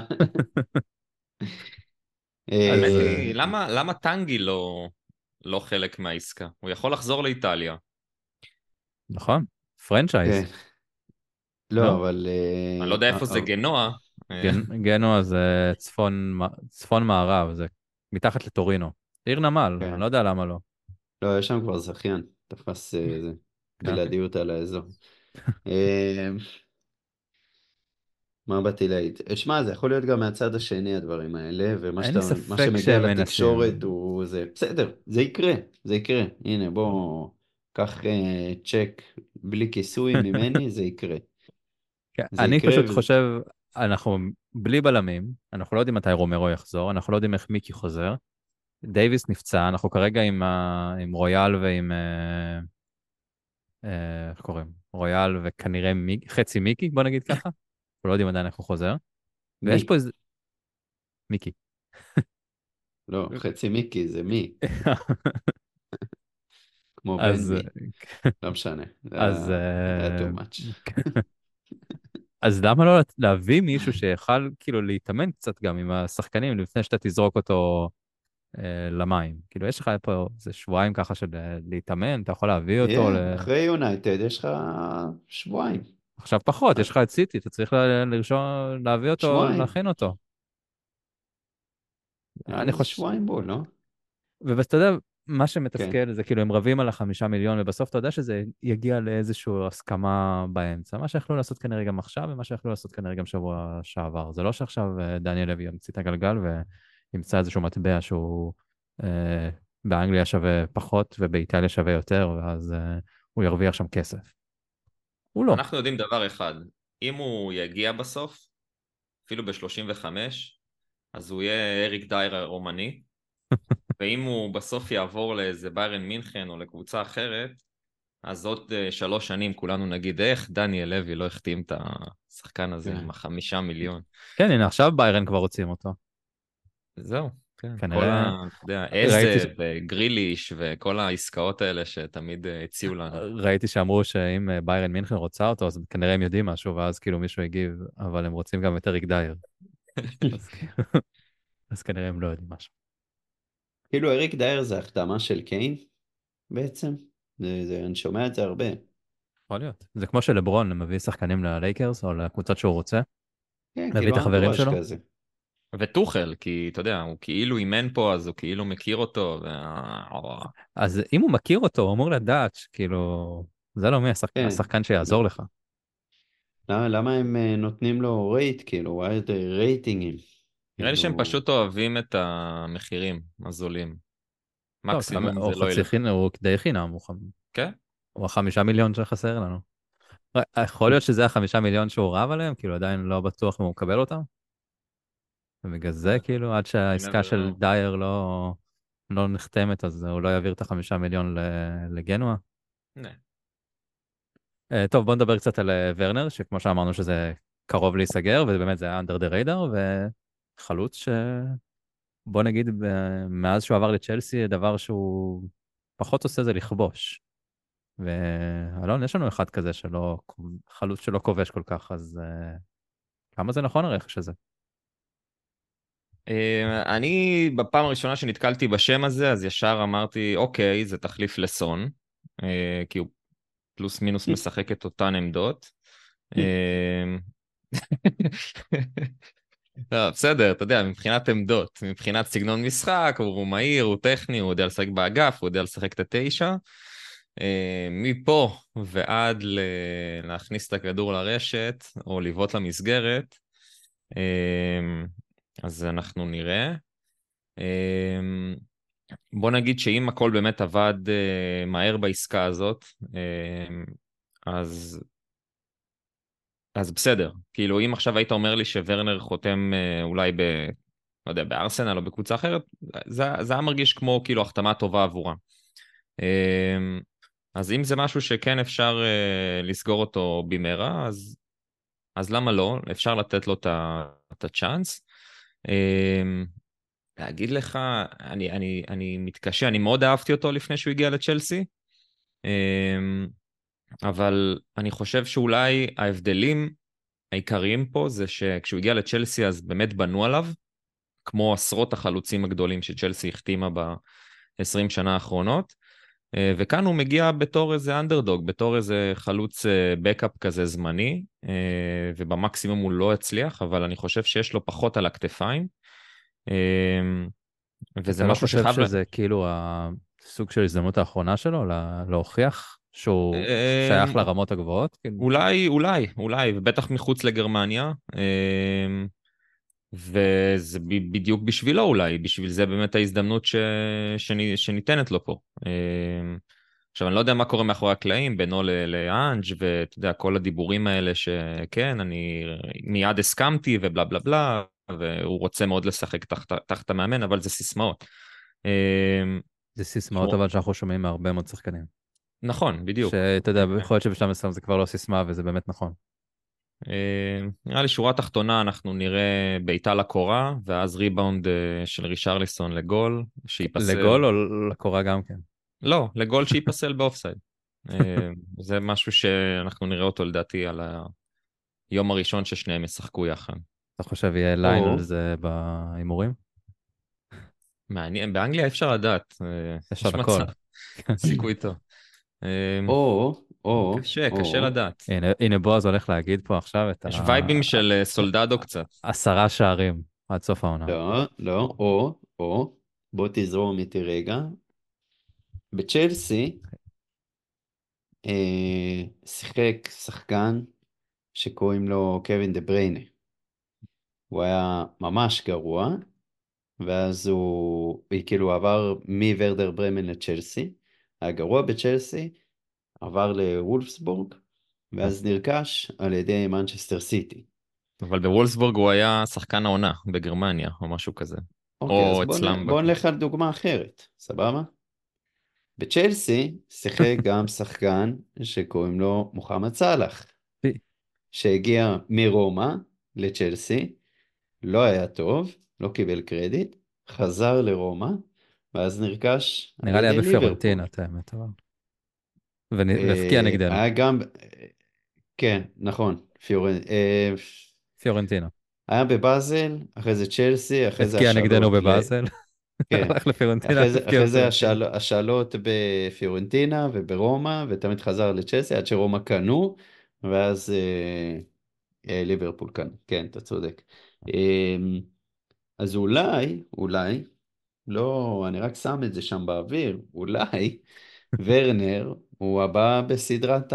האמת אז היא, למה טנגי לא חלק מהעסקה? הוא יכול לחזור לאיטליה. נכון, פרנצ'ייז, כן, לא, לא? אבל... אני לא יודע איפה זה גנוע. גנוע זה צפון מערב, זה מתחת לטורינו. עיר נמל, אני כן. לא יודע למה לא. לא, יש שם כבר זכיין, תפס זה, כן. בלעדיות על האזור. אה, מה באתי להגיד? שמע, זה יכול להיות גם מהצד השני הדברים האלה, אין לי מה ספק שמגיע שהם מנסים. לתקשורת הוא זה, בסדר, זה יקרה, זה יקרה. הנה, בוא, קח צ'ק בלי כיסוי ממני, זה יקרה. כן, זה אני יקרה, פשוט חושב, אנחנו בלי בלמים, אנחנו לא יודעים מתי רומרו יחזור, אנחנו לא יודעים איך מיקי חוזר. דייוויס נפצע, אנחנו כרגע עם רויאל ועם, איך קוראים? רויאל וכנראה חצי מיקי, בוא נגיד ככה. אנחנו לא יודעים עדיין איך הוא חוזר. ויש מי? פה איזה... מיקי. לא, חצי מיקי, זה מי? כמו בן אז, מי, לא משנה, אז, זה היה too much. אז למה לא להביא מישהו שיכל כאילו להתאמן קצת גם עם השחקנים לפני שאתה תזרוק אותו למים? כאילו, יש לך פה איזה שבועיים ככה של להתאמן, אתה יכול להביא אותו אחרי יונייטד יש לך שבועיים, עכשיו פחות, יש לך את סיטי, אתה צריך לרשום, להביא אותו, שבועיים, להכין אותו. נראה אני לי זה חושב, שבועיים בול, לא? ואתה יודע, מה כן, שמתסכל זה כאילו הם רבים על ה5 מיליון, ובסוף אתה יודע שזה יגיע לאיזושהי הסכמה באמצע. מה שיכלו לעשות כנראה גם עכשיו, ומה שיכלו לעשות כנראה גם שבוע שעבר. זה לא שעכשיו דניאל לוי ימציא את הגלגל וימצא איזשהו מטבע שהוא באנגליה שווה פחות ובאיטליה שווה יותר, ואז הוא ירוויח שם כסף. הוא לא. אנחנו יודעים דבר אחד, אם הוא יגיע בסוף, אפילו ב-35, אז הוא יהיה אריק דייר הרומני, ואם הוא בסוף יעבור לאיזה ביירן מינכן או לקבוצה אחרת, אז עוד 3 שנים כולנו נגיד, איך דניאל לוי לא החתים את השחקן הזה כן. עם ה5 מיליון. כן, הנה, עכשיו ביירן כבר רוצים אותו. זהו, כן. כל כנראה, אתה יודע, ראיתי, איזה וגריליש וכל העסקאות האלה שתמיד הציעו לנו. ראיתי שאמרו שאם ביירן מינכן רוצה אותו, אז כנראה הם יודעים משהו, ואז כאילו מישהו הגיב, אבל הם רוצים גם את אריק דייר. אז, אז כנראה הם לא יודעים משהו. כאילו אריק דייר זה החתמה של קיין בעצם, אני שומע את זה הרבה. יכול להיות. זה כמו שלברון מביא שחקנים ללייקרס, או לקבוצות שהוא רוצה, כן, להביא כאילו את החברים אנטוראז' שלו. כזה. וטוחל, כי אתה יודע, הוא כאילו אימן פה, אז הוא כאילו מכיר אותו. אז אם הוא מכיר אותו, הוא אמור לדעת, כאילו, זה לא מי כן. השחקן שיעזור לך. למה הם נותנים לו רייט, כאילו, why are they rating him? נראה לי שהם כאילו, פשוט אוהבים את המחירים הזולים. טוב, מקסימום הוא זה לא חצי ילך. חינם, הוא די חינם, כן? הוא ה5 מיליון שחסר לנו. יכול להיות שזה ה5 מיליון שהוא רב עליהם, כאילו עדיין לא בטוח אם הוא מקבל אותם? ובגלל זה, כאילו, עד You שהעסקה never של know. דייר לא נחתמת, אז הוא לא יעביר את ה5 מיליון לגנואה. נה. טוב, בוא נדבר קצת על ורנר, שכמו שאמרנו שזה קרוב להיסגר, ובאמת זה היה under the radar, וחלוץ בוא נגיד, מאז שהוא עבר לצ'לסי, דבר שהוא פחות עושה זה לכבוש. ואלון, יש לנו אחד כזה חלוץ שלא כובש כל כך, אז כמה זה נכון הרכש הזה? אני בפעם הראשונה שנתקלתי בשם הזה, אז ישר אמרתי, אוקיי, זה תחליף לסון, כי הוא פלוס מינוס משחק את אותן עמדות. לא, בסדר, אתה יודע, מבחינת עמדות, מבחינת סגנון משחק, הוא מהיר, הוא טכני, הוא יודע לשחק באגף, הוא יודע לשחק את ה9. מפה ועד להכניס את הכדור לרשת, או לבעוט למסגרת, אז אנחנו נראה. בוא נגיד שאם הכל באמת עבד מהר בעסקה הזאת, אז בסדר. כאילו, אם עכשיו היית אומר לי שוורנר חותם אולי לא יודע, בארסנל או בקבוצה אחרת, זה היה מרגיש כמו כאילו החתמה טובה עבורה. אז אם זה משהו שכן אפשר לסגור אותו במהרה, אז למה לא? אפשר לתת לו את הצ'אנס. להגיד לך, אני מתקשה, אני מאוד אהבתי אותו לפני שהוא הגיע לצ'לסי, אבל אני חושב שאולי ההבדלים העיקריים פה זה שכשהוא הגיע לצ'לסי אז באמת בנו עליו, כמו עשרות החלוצים הגדולים שצ'לסי החתימה ב-20 שנה האחרונות, וכאן הוא מגיע בתור איזה אנדרדוג, בתור איזה חלוץ בקאפ כזה זמני, ובמקסימום הוא לא הצליח, אבל אני חושב שיש לו פחות על הכתפיים, וזה אתה לא משהו חושב שחייב... שזה כאילו הסוג של הזדמנות האחרונה שלו להוכיח שהוא שייך לרמות הגבוהות? כאילו? אולי, ובטח מחוץ לגרמניה, וזה בדיוק בשבילו אולי, בשביל זה באמת ההזדמנות שניתנת לו פה. עכשיו, אני לא יודע מה קורה מאחורי הקלעים, בינו לאנג' ואתה יודע, כל הדיבורים האלה שכן, אני מיד הסכמתי ובלה בלה בלה, והוא רוצה מאוד לשחק תחת המאמן, אבל זה סיסמאות. זה סיסמאות אבל שאנחנו שומעים מהרבה מאוד שחקנים. נכון, בדיוק. שאתה יודע, יכול להיות שבשלב מסוים זה כבר לא סיסמה וזה באמת נכון. נראה לי שורה תחתונה אנחנו נראה בעיטה לקורה, ואז ריבאונד של רישרליסון לגול, שיפסל. לגול או לקורה גם כן? לא, לגול שייפסל באופסייד. זה משהו שאנחנו נראה אותו לדעתי על היום הראשון ששניהם ישחקו יחד. אתה חושב יהיה ליין על או, זה בהימורים? מעניין, באנגליה אפשר לדעת, יש יש על מצב, הכל. סיכוי טוב. אה, או, קשה או, לדעת. הנה בועז הולך להגיד פה עכשיו את יש וייבים של סולדדו קצת. 10 שערים עד סוף העונה. לא, לא, בוא תזרום איתי רגע. בצ'לסי שיחק שחקן שקוראים לו קווין דה בריינה. הוא היה ממש גרוע, ואז הוא כאילו עבר מוורדר ברמן לצ'לסי, היה גרוע בצ'לסי, עבר לוולפסבורג, ואז נרכש על ידי מנצ'סטר סיטי. אבל בוולסבורג הוא היה שחקן העונה בגרמניה, או משהו כזה. אוקיי, אז או אצלם בוא נלך על דוגמה אחרת, סבבה? בצ'לסי שיחק גם שחקן שקוראים לו מוחמד סאלח, שהגיע מרומא לצ'לסי, לא היה טוב, לא קיבל קרדיט, חזר לרומא, ואז נרכש על נראה לי היה ידי ליברפול. בפיורנטינה, את האמת, אבל... והפקיע נגדנו, היה גם, כן, נכון, פיורנטינה. היה בבאזל, אחרי זה צ'לסי, אחרי זה הפקיע נגדנו השאלות בבאזל, כן, הלך לפיורנטינה, הפקיע אחרי זה בפיורנטינה. השאלות בפיורנטינה וברומא, ותמיד חזר לצ'לסי עד שרומא קנו, ואז ליברפול קנו. כן, אתה צודק. אה, אז אולי, לא, אני רק שם את זה שם באוויר, אולי ורנר הוא הבא בסדרת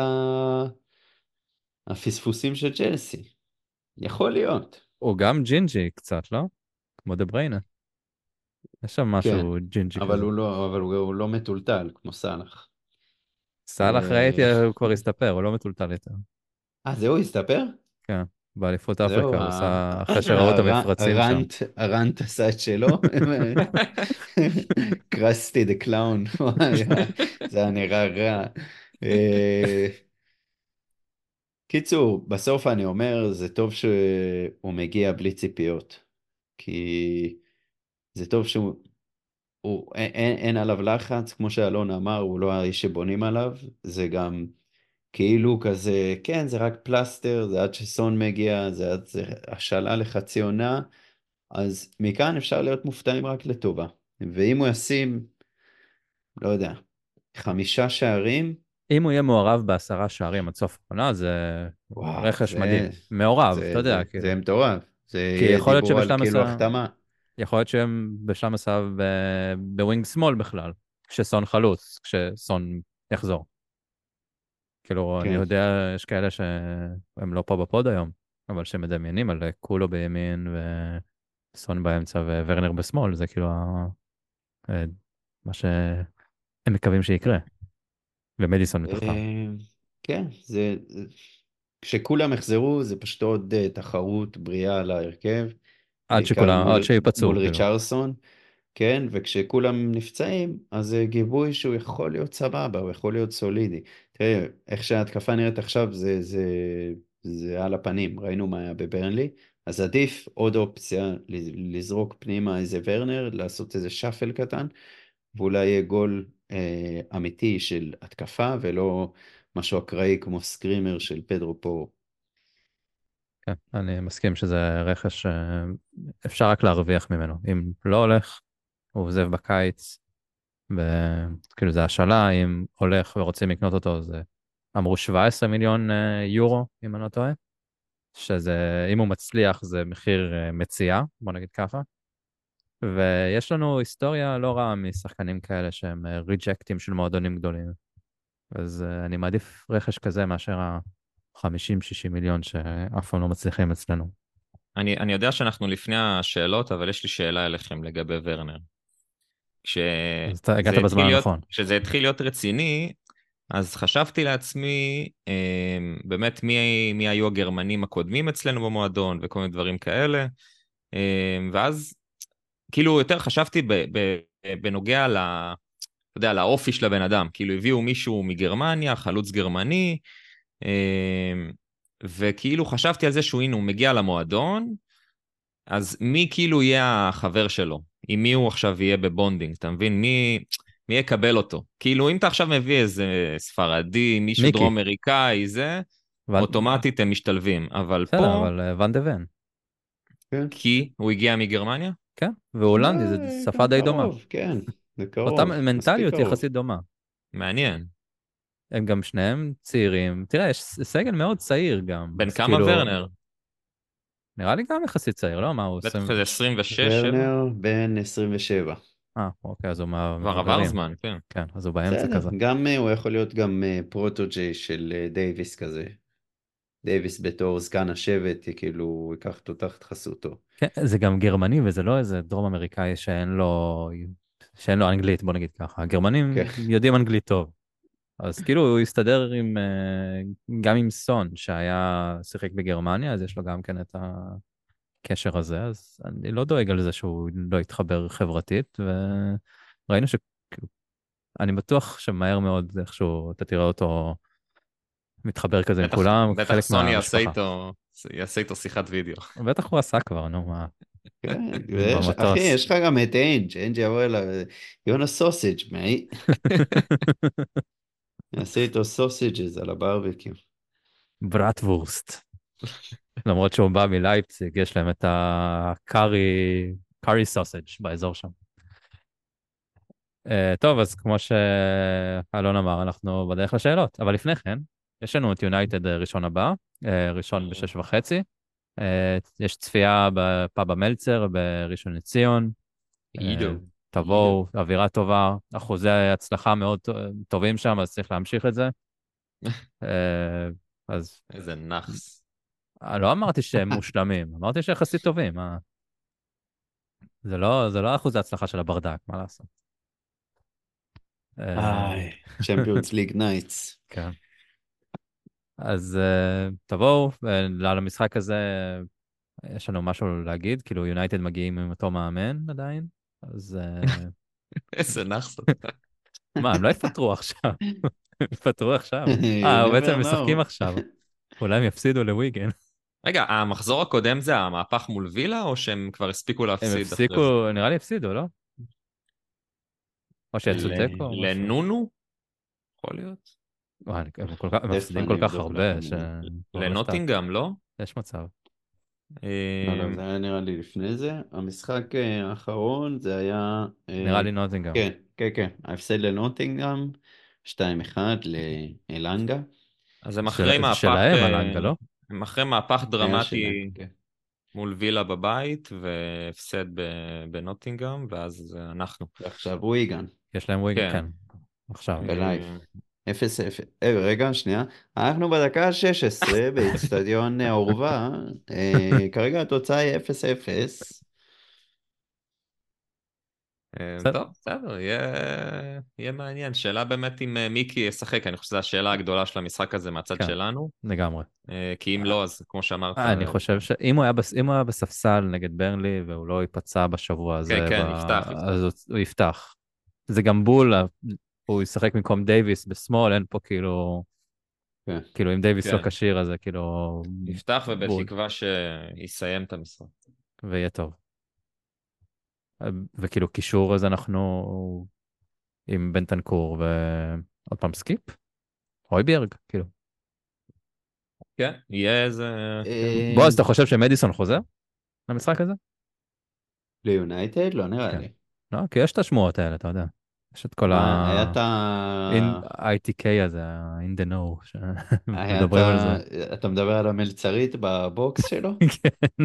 הפספוסים של צ'לסי. יכול להיות. הוא גם ג'ינג'י קצת, לא? כמו דה בריינה. יש שם כן, משהו ג'ינג'י כזה. אבל הוא לא מטולטל כמו סאלח. סאלח ראיתי, הוא כבר הסתפר, הוא לא מטולטל יותר. זהו, הסתפר? כן, באליפות זהו, אפריקה, הוא עשה, אחרי שראו את המפרצים שם. הרנט עשה את שלו, קרסטי דה קלאון, זה היה נראה רע. אה, קיצור, בסוף אני אומר, זה טוב שהוא מגיע בלי ציפיות, כי זה טוב אין עליו לחץ, כמו שאלון אמר, הוא לא האיש שבונים עליו, זה גם כאילו כזה, כן, זה רק פלסטר, זה עד שסון מגיע, זה השאלה לחצי עונה, אז מכאן אפשר להיות מופתעים רק לטובה. ואם הוא ישים, לא יודע, 5 שערים, אם הוא יהיה מעורב ב10 שערים עד סוף העונה, זה וואו, רכש מדהים. מעורב, אתה יודע, כאילו. זה מטורף. זה כי יהיה יכול להיות דיבור על שבשלב כאילו מסוים, החתמה. יכול להיות שהם בשלב מסוים בווינג שמאל בכלל, כשסון חלוץ, כשסון יחזור. כאילו, אני כן. יודע, יש כאלה שהם לא פה בפוד היום, אבל שמדמיינים על קולו בימין וסון באמצע וורנר בשמאל, זה כאילו מה שהם מקווים שיקרה. ומדיסון מתחתם. כן, כשכולם יחזרו, זה פשוט עוד תחרות בריאה על ההרכב, בעיקר עד שיפצעו, מול כאילו. ריצ'רסון. כן, וכשכולם נפצעים, אז זה גיבוי שהוא יכול להיות סבבה, הוא יכול להיות סולידי. תראה, איך שההתקפה נראית עכשיו, זה על הפנים, ראינו מה היה בברנלי, אז עדיף עוד אופציה, לזרוק פנימה איזה ורנר, לעשות איזה שפל קטן, ואולי יהיה גול אמיתי של התקפה, ולא משהו אקראי כמו סקרימר של פדרו פורו. כן, אני מסכים שזה רכש שאפשר רק להרוויח ממנו. אם לא הולך, הוא עוזב בקיץ, וכאילו זה השאלה, אם הולך ורוצים לקנות אותו, זה אמרו 17 מיליון יורו, אם אני לא טועה, שזה, אם הוא מצליח, זה מחיר מציאה, בוא נגיד ככה. ויש לנו היסטוריה לא רעה משחקנים כאלה שהם ריג'קטים של מועדונים גדולים. אז אני מעדיף רכש כזה מאשר ה-50-60 מיליון שאף פעם לא מצליחים אצלנו. אני יודע שאנחנו לפני השאלות, אבל יש לי שאלה אליכם לגבי ורנר. אז אתה הגעת בזמן הנכון. כשזה התחיל להיות רציני, אז חשבתי לעצמי, באמת מי היו הגרמנים הקודמים אצלנו במועדון, וכל מיני דברים כאלה, ואז כאילו יותר חשבתי בנוגע אתה יודע, לאופי של הבן אדם, כאילו הביאו מישהו מגרמניה, חלוץ גרמני, וכאילו חשבתי על זה שהוא הנה, הוא מגיע למועדון, אז מי כאילו יהיה החבר שלו? עם מי הוא עכשיו יהיה בבונדינג, אתה מבין? מי מי יקבל אותו? כאילו, אם אתה עכשיו מביא איזה ספרדי, מישהו מיקי. דרום אמריקאי, זה, אוטומטית הם משתלבים. אבל בסדר, פה, אבל ואן דה ון. כן. כי הוא הגיע מגרמניה, כן, והולנדי, זו זה שפה גם די דומה. קרוב, כן. זה אותה קרוב, מספיק מנטליות קרוב. יחסית דומה. מעניין. הם גם שניהם צעירים. תראה, יש סגל מאוד צעיר גם. בן אז כמה כאילו, ורנר? נראה לי גם יחסית צעיר, לא? מה הוא בטח 20... איזה 26, 7? ורנר בן 27. אוקיי, אז הוא כבר עבר מהמבוגרים. זמן, כן. כן, אז הוא באמצע בסדר, כזה. גם הוא יכול להיות גם פרוטוג'יי של דייוויס כזה. דייוויס בתור זקן השבט, כאילו, הוא ייקח אותו תחת חסותו. כן, זה גם גרמני, וזה לא איזה דרום אמריקאי שאין לו אנגלית, בוא נגיד ככה. כן. הגרמנים יודעים אנגלית טוב. אז כאילו הוא הסתדר גם עם סון, שיחק בגרמניה, אז יש לו גם כן את הקשר הזה, אז אני לא דואג על זה שהוא לא יתחבר חברתית, וראינו שכאילו, אני בטוח שמהר מאוד איכשהו אתה תראה אותו מתחבר כזה עם כולם, בטח חלק סוני מהמשפחה. יעשה איתו שיחת וידאו. בטח הוא עשה כבר, נו מה, כן, אחי, במטוס. יש לך גם את אנג' יבוא אליו, you want a sausage, mate? יעשה איתו sausages על הברבקיו. ברטוורסט. למרות שהוא בא מלייפציג, יש להם את קארי סוסג' באזור שם. טוב, אז כמו שאלון אמר, אנחנו בדרך לשאלות. אבל לפני כן, יש לנו את יונייטד ראשון הבא, ראשון ב6:30. יש צפייה בפאב המלצר בראשון לציון. אידו. תבואו, אווירה טובה, אחוזי הצלחה מאוד טובים שם, אז צריך להמשיך את זה. אז איזה נאחס. לא אמרתי שהם מושלמים, אמרתי שיחסית טובים. זה לא אחוז ההצלחה של הברדק, מה לעשות? איי, צ'מפיונס ליג נייטס. כן. אז תבואו, למשחק הזה יש לנו משהו להגיד, כאילו יונייטד מגיעים עם אותו מאמן עדיין, אז איזה נאחס. מה, הם לא יפטרו עכשיו, הם יפטרו עכשיו. You בעצם never הם משחקים know. עכשיו, אולי הם יפסידו לוויגן. רגע, המחזור הקודם זה המהפך מול וילה, או שהם כבר הספיקו הם להפסיד אחרי זה? הפסיקו, נראה לי הפסידו, לא? או שיצאו תיקו או משהו. לנונו? יכול להיות. הם תכף מפסידים אני כל כך אבדוק הרבה, לכם. לנוטינגהם, לא? יש מצב. לא, זה היה נראה לי לפני זה. המשחק האחרון זה היה... נראה לי נוטינגהאם. כן, כן, כן. ההפסד לנוטינגהאם, 2-1 לאלנגה. אז הם אחרי זה מהפך... שלהם, אלנגה, לא? הם אחרי מהפך היה שלהם, דרמטי כן. מול וילה בבית, והפסד בנוטינגהאם, ואז אנחנו. ועכשיו וויגן, יש להם וויגן, כן. כן. עכשיו. בלייב. 0-0. רגע, שנייה. אנחנו בדקה ה-16 באצטדיון עורבה. כרגע התוצאה היא 0-0. בסדר. טוב, בסדר, יהיה מעניין. שאלה באמת אם מיקי ישחק, אני חושב שזו השאלה הגדולה של המשחק הזה מהצד כן. שלנו, לגמרי. כי אם לא, אז כמו שאמרת... אני חושב שאם הוא היה בספסל נגד ברנלי והוא לא ייפצע בשבוע הזה, כן, כן, יפתח. אז הוא יפתח. זה גם בול, הוא ישחק במקום דייוויס בשמאל, אין פה כן. כאילו אם דייוויס לא כן. כשיר, אז זה כאילו יפתח בול, ובתקווה שיסיים את המשחק. ויהיה טוב. וכאילו קישור, אז אנחנו עם בנטנקור ועוד פעם סקיפ? הויביארג, כאילו. כן, יהיה איזה... בועז, אתה חושב שמדיסון חוזר למשחק הזה? ליונייטד? לא נראה כן. לי. לא, כי יש את השמועות האלה, אתה יודע. יש את כל מה, היה את ITK הזה, in the know, היה את שמדברים על זה. אתה מדבר על המלצרית בבוקס שלו? כן.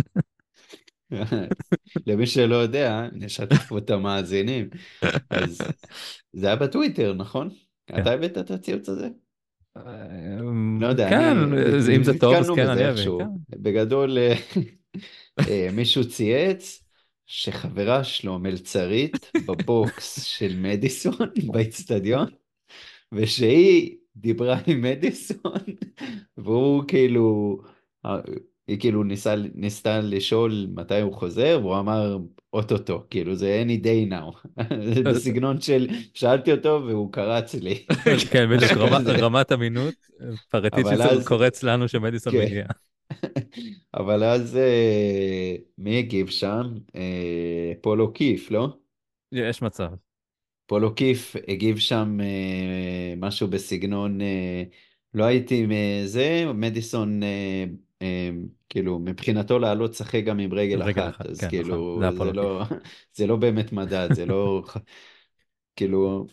למי שלא יודע, נשתף פה את המאזינים. אז זה היה בטוויטר, נכון? כן. אתה הבאת את הציוץ הזה? לא יודע, כן, אם זה טוב, אז נתקלנו כן, בזה אני אביא, איכשהו. כן. בגדול, מישהו צייץ שחברה שלו מלצרית בבוקס של מדיסון באצטדיון, ושהיא דיברה עם מדיסון, והוא כאילו, היא כאילו ניסתה לשאול מתי הוא חוזר, והוא אמר אוטוטו, כאילו זה any day now. זה בסגנון של, שאלתי אותו והוא קרץ לי. כן, בדיוק, משהו כזה. רמת אמינות, פרטיצ'י אבל אז, קורץ לנו שמדיסון כן. מגיע. אבל אז מי הגיב שם? פול אוקיף, לא? יש מצב. פולו קיף הגיב שם משהו בסגנון, לא הייתי זה, מדיסון, כאילו, מבחינתו לעלות שחק גם עם רגל רגל אחת, אחת, אז כן, נכון, כאילו, זה זה אפולו לא, קיף. זה לא באמת מדד, זה לא, כאילו,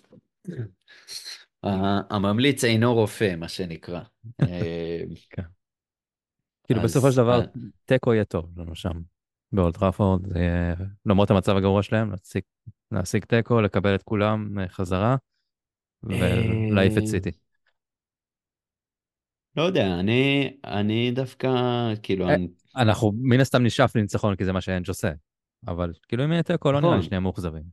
הממליץ אינו רופא, מה שנקרא. כן. כאילו בסופו של אז דבר, תיקו יהיה טוב לנו שם. באולט טראפורד, זה יהיה, למרות המצב הגרוע שלהם, להשיג תיקו, לקבל את כולם חזרה, ולהעיף את סיטי. לא יודע, אני דווקא, כאילו, אה, אנחנו מן הסתם נשאף לניצחון, כי זה מה שאנג' עושה. אבל כאילו אם יהיה תיקו, לא נראה לי נכון, שנהיה מאוכזבים.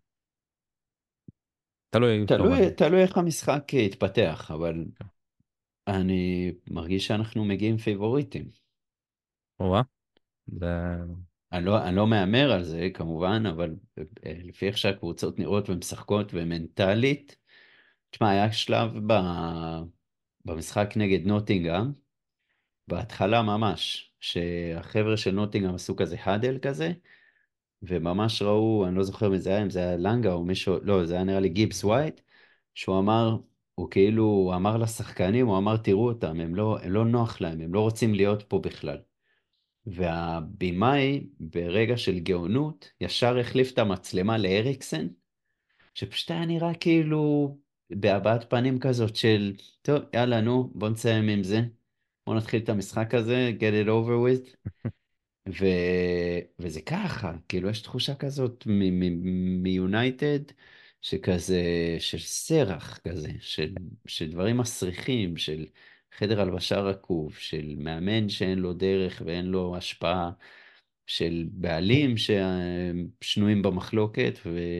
תלוי כמובן. תלוי איך המשחק יתפתח, אבל אני מרגיש שאנחנו מגיעים פיבוריטים. וואה, זה... אני לא מהמר על זה, כמובן, אבל לפי איך שהקבוצות נראות ומשחקות ומנטלית, תשמע, היה שלב במשחק נגד נוטינגהאם, בהתחלה ממש, שהחבר'ה של נוטינגהאם עשו כזה האדל כזה, וממש ראו, אני לא זוכר מי זה היה, אם זה היה לנגה או מישהו, לא, זה היה נראה לי גיבס ווייט, שהוא אמר, הוא כאילו, הוא אמר לשחקנים, הוא אמר, תראו אותם, הם לא נוח להם, הם לא רוצים להיות פה בכלל. והבימאי, ברגע של גאונות, ישר החליף את המצלמה לאריקסן, שפשוט היה נראה כאילו בהבעת פנים כזאת של, טוב, יאללה, נו, בוא נסיים עם זה. בוא נתחיל את המשחק הזה, get it over with. ו... וזה ככה, כאילו יש תחושה כזאת מיונייטד, שכזה, של סרח כזה, של דברים מסריחים, של חדר הלבשה רקוב, של מאמן שאין לו דרך ואין לו השפעה, של בעלים ששנויים במחלוקת,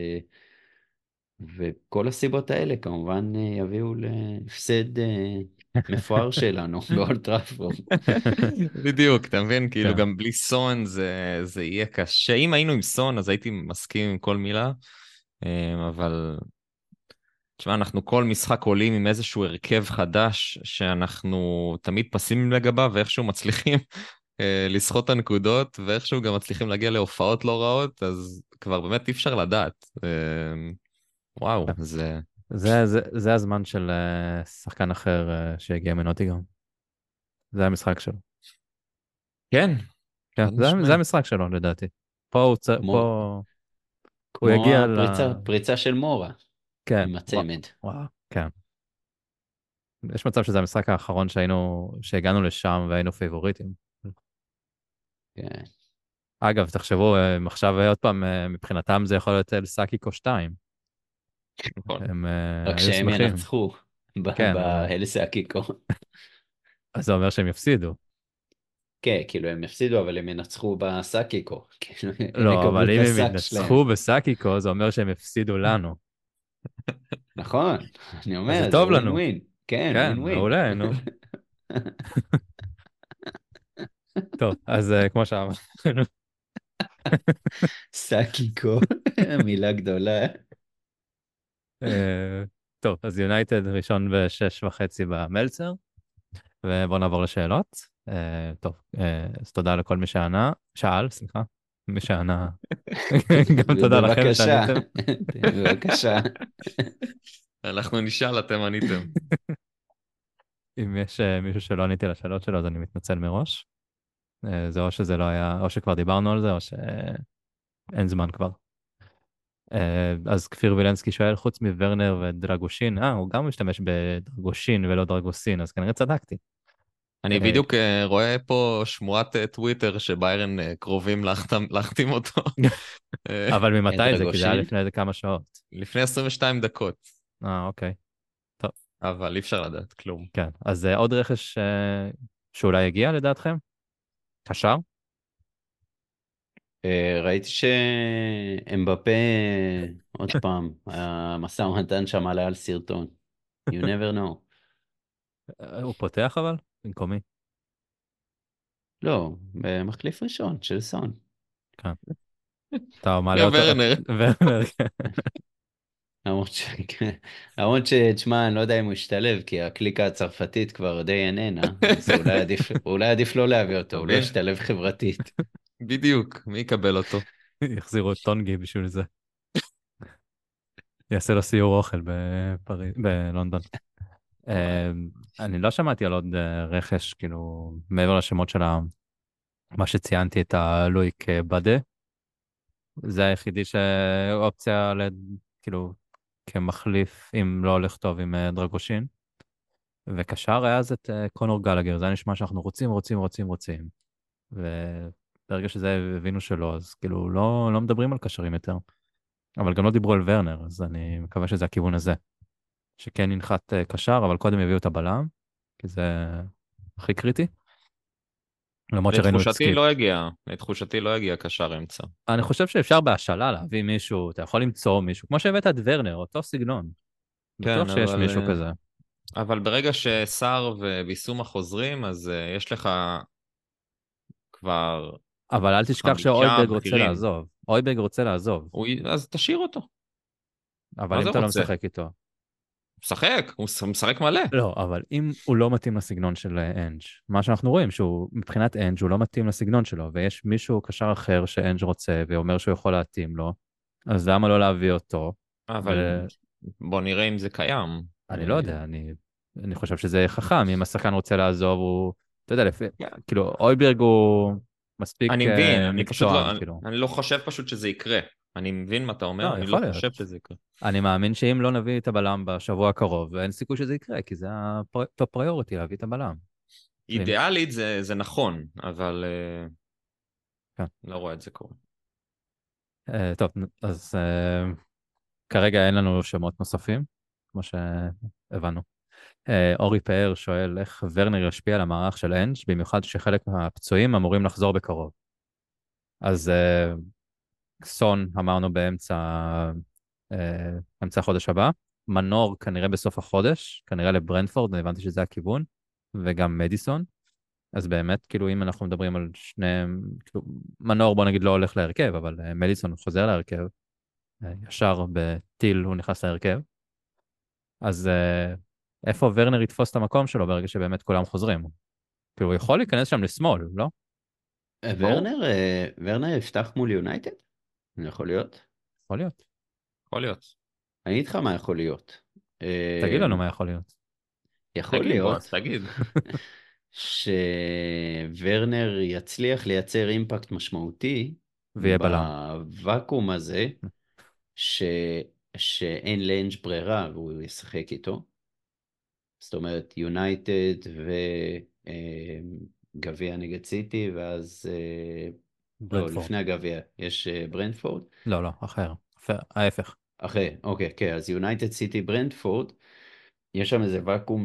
וכל הסיבות האלה כמובן יביאו להפסד מפואר שלנו באולט טראפורד. בדיוק, אתה מבין? כאילו כן. גם בלי סון זה יהיה קשה. אם היינו עם סון, אז הייתי מסכים עם כל מילה, אבל תשמע, אנחנו כל משחק עולים עם איזשהו הרכב חדש, שאנחנו תמיד פסימיים לגביו, ואיכשהו מצליחים לסחוט את הנקודות, ואיכשהו גם מצליחים להגיע להופעות לא רעות, אז כבר באמת אי אפשר לדעת. וואו, כן. זה... זה הזמן של שחקן אחר שהגיע מנוטיגרם. זה המשחק שלו. כן, כן, חד זה משמעית. המשחק שלו לדעתי. כמו, פה הוא כמו יגיע הפריצה של מורה כן, עם וואו, הצמד. וואו, כן. יש מצב שזה המשחק האחרון שהגענו לשם והיינו פייבוריטים. כן. אגב, תחשבו, עכשיו עוד פעם, מבחינתם זה יכול להיות סאקיקו 2. נכון. הם רק היו שהם שמחים. ינצחו כן, בהלסה הקיקו. אז זה אומר שהם יפסידו. כן, כאילו הם הפסידו, אבל הם ינצחו בסאקיקו. כאילו, הם לא, יקבלו אבל את אם הם השק שלהם. ינצחו בסאקיקו, זה אומר שהם הפסידו לנו. נכון, אני אז זה אומר, זה טוב ווין לנו. ווין. כן, כן, ווין ווין. מעולה, נו. טוב, אז כמו שאמרנו, סאקיקו, מילה גדולה. אה, טוב, אז יונייטד ראשון ב6:30 במלצר, ובואו נעבור לשאלות. טוב, אז תודה לכל מי שענה, שאל, סליחה, מי שענה, גם תודה לכם בבקשה, שעניתם. בבקשה. אנחנו נשאל, אתם עניתם. אם יש מישהו שלא עניתי לשאלות שלו, אז אני מתנצל מראש. זה או שזה לא היה, או שכבר דיברנו על זה, או שאין זמן כבר. אז כפיר וילנסקי שואל, חוץ מוורנר ודרגושין, הוא גם משתמש בדרגושין ולא דרגוסין, אז כנראה צדקתי. אני בדיוק רואה פה שמועת טוויטר שביירן קרובים להחתים אותו. אבל ממתי זה? כי זה היה דרגושין? לפני איזה כמה שעות. לפני 22 דקות, אוקיי. טוב, אבל אי אפשר לדעת כלום. כן. אז עוד רכש שאולי יגיע לדעתכם? קשר? ראיתי שאמבפה, עוד פעם, המשא ומתן שם עלה על סרטון. You never know. הוא פותח אבל? במקומי. לא, מחליף ראשון של סון. כן. אתה מעלה אותו. וורנר. ורנר, כן. כן. למרות שתשמע, אני לא יודע אם הוא ישתלב, כי הקליקה הצרפתית כבר די איננה, אז אולי עדיף לא להביא אותו, אתה הוא לא מבין? ישתלב חברתית. בדיוק, מי יקבל אותו? יחזירו את טונגי בשביל זה. יעשה לו סיור אוכל בלונדון. וואי. אני לא שמעתי על עוד רכש, כאילו, מעבר לשמות של מה שציינתי, את הלויק בדה. זה היחידי שאופציה, כאילו, כמחליף, אם לא הולך טוב עם דרגושין. וקשר היה אז את קונור גלגר, זה היה נשמע שאנחנו רוצים, רוצים, רוצים, רוצים. וברגע שזה הבינו שלא, אז כאילו לא מדברים על קשרים יותר. אבל גם לא דיברו על ורנר, אז אני מקווה שזה הכיוון הזה. שכן ינחת קשר, אבל קודם יביאו את הבלם, כי זה הכי קריטי. למרות שראינו את סקיפ. לתחושתי לא הגיע קשר אמצע. אני חושב שאפשר בהשאלה להביא מישהו, אתה יכול למצוא מישהו, כמו שהבאת את ורנר, אותו סגנון. כן, בטוח שיש מישהו כזה. אבל ברגע שסער וביסומה חוזרים, אז יש לך כבר אבל אל תשכח 5 שאויברג רוצה בכירים. לעזוב. אויברג רוצה לעזוב. אז תשאיר אותו. אבל מה אם זה אתה לא רוצה? משחק איתו. משחק, הוא משחק מלא. לא, אבל אם הוא לא מתאים לסגנון של אנג', מה שאנחנו רואים, שהוא מבחינת אנג' הוא לא מתאים לסגנון שלו, ויש מישהו קשר אחר שאנג' רוצה, ואומר שהוא יכול להתאים לו, אז למה לא להביא אותו? אבל ואני בוא נראה אם זה קיים. לא יודע, אני חושב שזה חכם, אם השחקן רוצה לעזוב, הוא, אתה יודע, כאילו, אויברג הוא מספיק אני מבין, אני פשוט מקצוען, לא, כאילו. אני לא חושב פשוט שזה יקרה. אני מבין מה אתה אומר, לא, אני לא יכול חושב להיות. שזה יקרה. אני מאמין שאם לא נביא את הבלם בשבוע הקרוב, אין סיכוי שזה יקרה, כי זה הטופ פריוריטי להביא את הבלם. אידיאלית זה נכון, אבל כן. לא רואה את זה קורה. טוב, אז כרגע אין לנו שמות נוספים, כמו שהבנו. אורי פאר שואל איך ורנר ישפיע על המערך של אנג', במיוחד שחלק מהפצועים אמורים לחזור בקרוב. אז סון אמרנו אמצע החודש הבא, מנור כנראה בסוף החודש, כנראה לברנדפורד, אני הבנתי שזה הכיוון, וגם מדיסון. אז באמת, כאילו, אם אנחנו מדברים על שניהם, כאילו, מנור בוא נגיד לא הולך להרכב, אבל מדיסון חוזר להרכב, ישר בטיל הוא נכנס להרכב. אז איפה ורנר יתפוס את המקום שלו ברגע שבאמת כולם חוזרים? כאילו, הוא יכול להיכנס שם לשמאל, לא? ברור, ורנר יפתח מול יונייטד? זה יכול להיות? יכול להיות. יכול להיות. אני אגיד לך מה יכול להיות. תגיד לנו מה יכול להיות. יכול תגיד בועז, להיות תגיד. שוורנר יצליח לייצר אימפקט משמעותי ויהיה בלם. בוואקום הזה, ש... שאין לאנג' ברירה והוא ישחק איתו. זאת אומרת, יונייטד וגביע נגד סיטי, ואז, לא, ברנדפורד. לפני הגביע יש ברנדפורד. לא, לא, אחר. ההפך. אחרי, אוקיי, כן, אז יונייטד סיטי ברנדפורד, יש שם איזה ואקום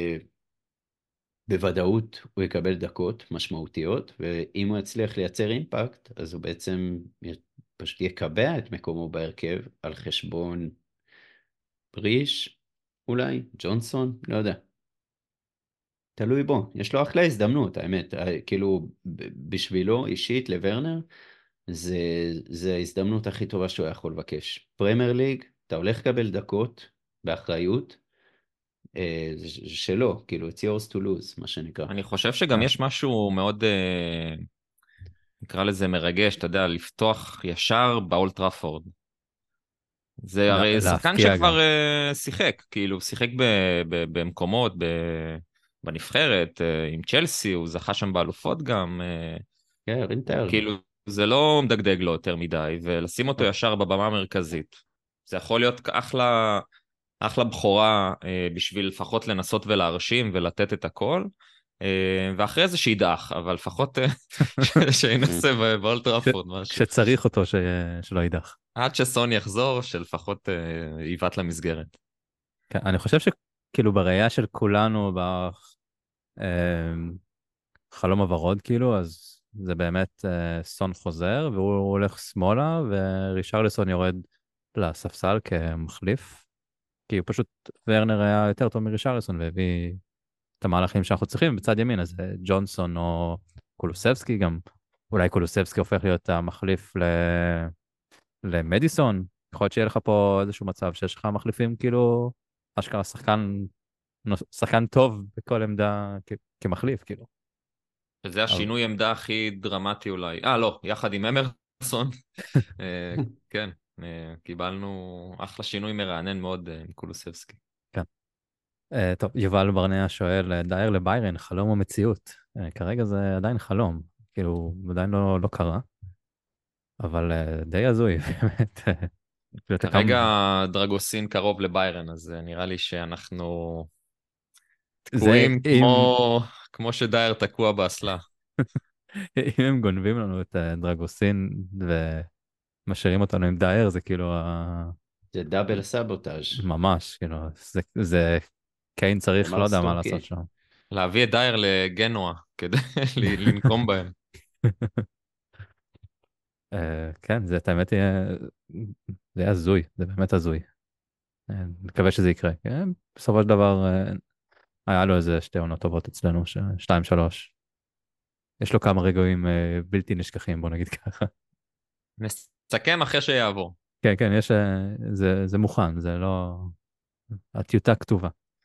שבוודאות הוא יקבל דקות משמעותיות, ואם הוא יצליח לייצר אימפקט, אז הוא בעצם פשוט יקבע את מקומו בהרכב על חשבון פריש, אולי, ג'ונסון, לא יודע. תלוי בו, יש לו אחלה הזדמנות, האמת, כאילו, בשבילו, אישית, לוורנר, זה ההזדמנות הכי טובה שהוא יכול לבקש. פרמייר ליג, אתה הולך לקבל דקות באחריות, זה שלו, כאילו, it's yours to lose, מה שנקרא. אני חושב שגם יש משהו מאוד, נקרא לזה מרגש, אתה יודע, לפתוח ישר באולט טראפורד. זה הרי שחקן להפתיע גם. שכבר שיחק, כאילו, שיחק במקומות, בנבחרת, עם צ'לסי, הוא זכה שם באלופות גם, כן, הרים את היד. כאילו, זה לא מדגדג לו יותר מדי, ולשים אותו ישר בבמה המרכזית. זה יכול להיות אחלה בחורה בשביל לפחות לנסות ולהרשים ולתת את הכל, ואחרי זה שידח, אבל לפחות שינסה באולט טראפורד משהו. כשצריך אותו שלא יידח. עד שסון יחזור, שלפחות יבעט למסגרת. כן, אני חושב שכאילו בראייה של כולנו בחלום הוורוד, כאילו, אז זה באמת סון חוזר, והוא הולך שמאלה, ורישרליסון יורד לספסל כמחליף, כי הוא פשוט, ורנר היה יותר טוב מרישרליסון, והביא את המהלכים שאנחנו צריכים בצד ימין, אז ג'ונסון או קולוסבסקי גם, אולי קולוסבסקי הופך להיות המחליף למדיסון, יכול להיות שיהיה לך פה איזשהו מצב שיש לך מחליפים כאילו, אשכרה שחקן טוב בכל עמדה כמחליף, כאילו. שזה השינוי עמדה הכי דרמטי אולי. לא, יחד עם אמרסון. כן. קיבלנו אחלה שינוי מרענן מאוד מקולוסבסקי. כן. טוב, יובל ברנע שואל, דייר לביירן, חלום או מציאות? כרגע זה עדיין חלום, כאילו, עדיין לא קרה, אבל די הזוי, באמת. כאילו, אתה כרגע דרגוסין קרוב לביירן, אז נראה לי שאנחנו זה תקועים אם כמו שדייר תקוע באסלה. אם הם גונבים לנו את דרגוסין ומשאירים אותנו עם דייר, זה כאילו זה דאבל סבוטאז'. ממש, כאילו, זה קיין צריך, לא אמר יודע מה לעשות סטוקי. שם. להביא את דייר לגנוע כדי לנקום בהם. כן, זה, את האמת, זה יהיה הזוי, זה באמת הזוי. מקווה שזה יקרה. כן, בסופו של דבר, היה לו איזה שתי עונות טובות אצלנו, שתיים, שלוש. יש לו כמה רגעים בלתי נשכחים, בוא נגיד ככה. נסכם אחרי שיעבור. כן, כן, זה מוכן, זה לא... הטיוטה כתובה.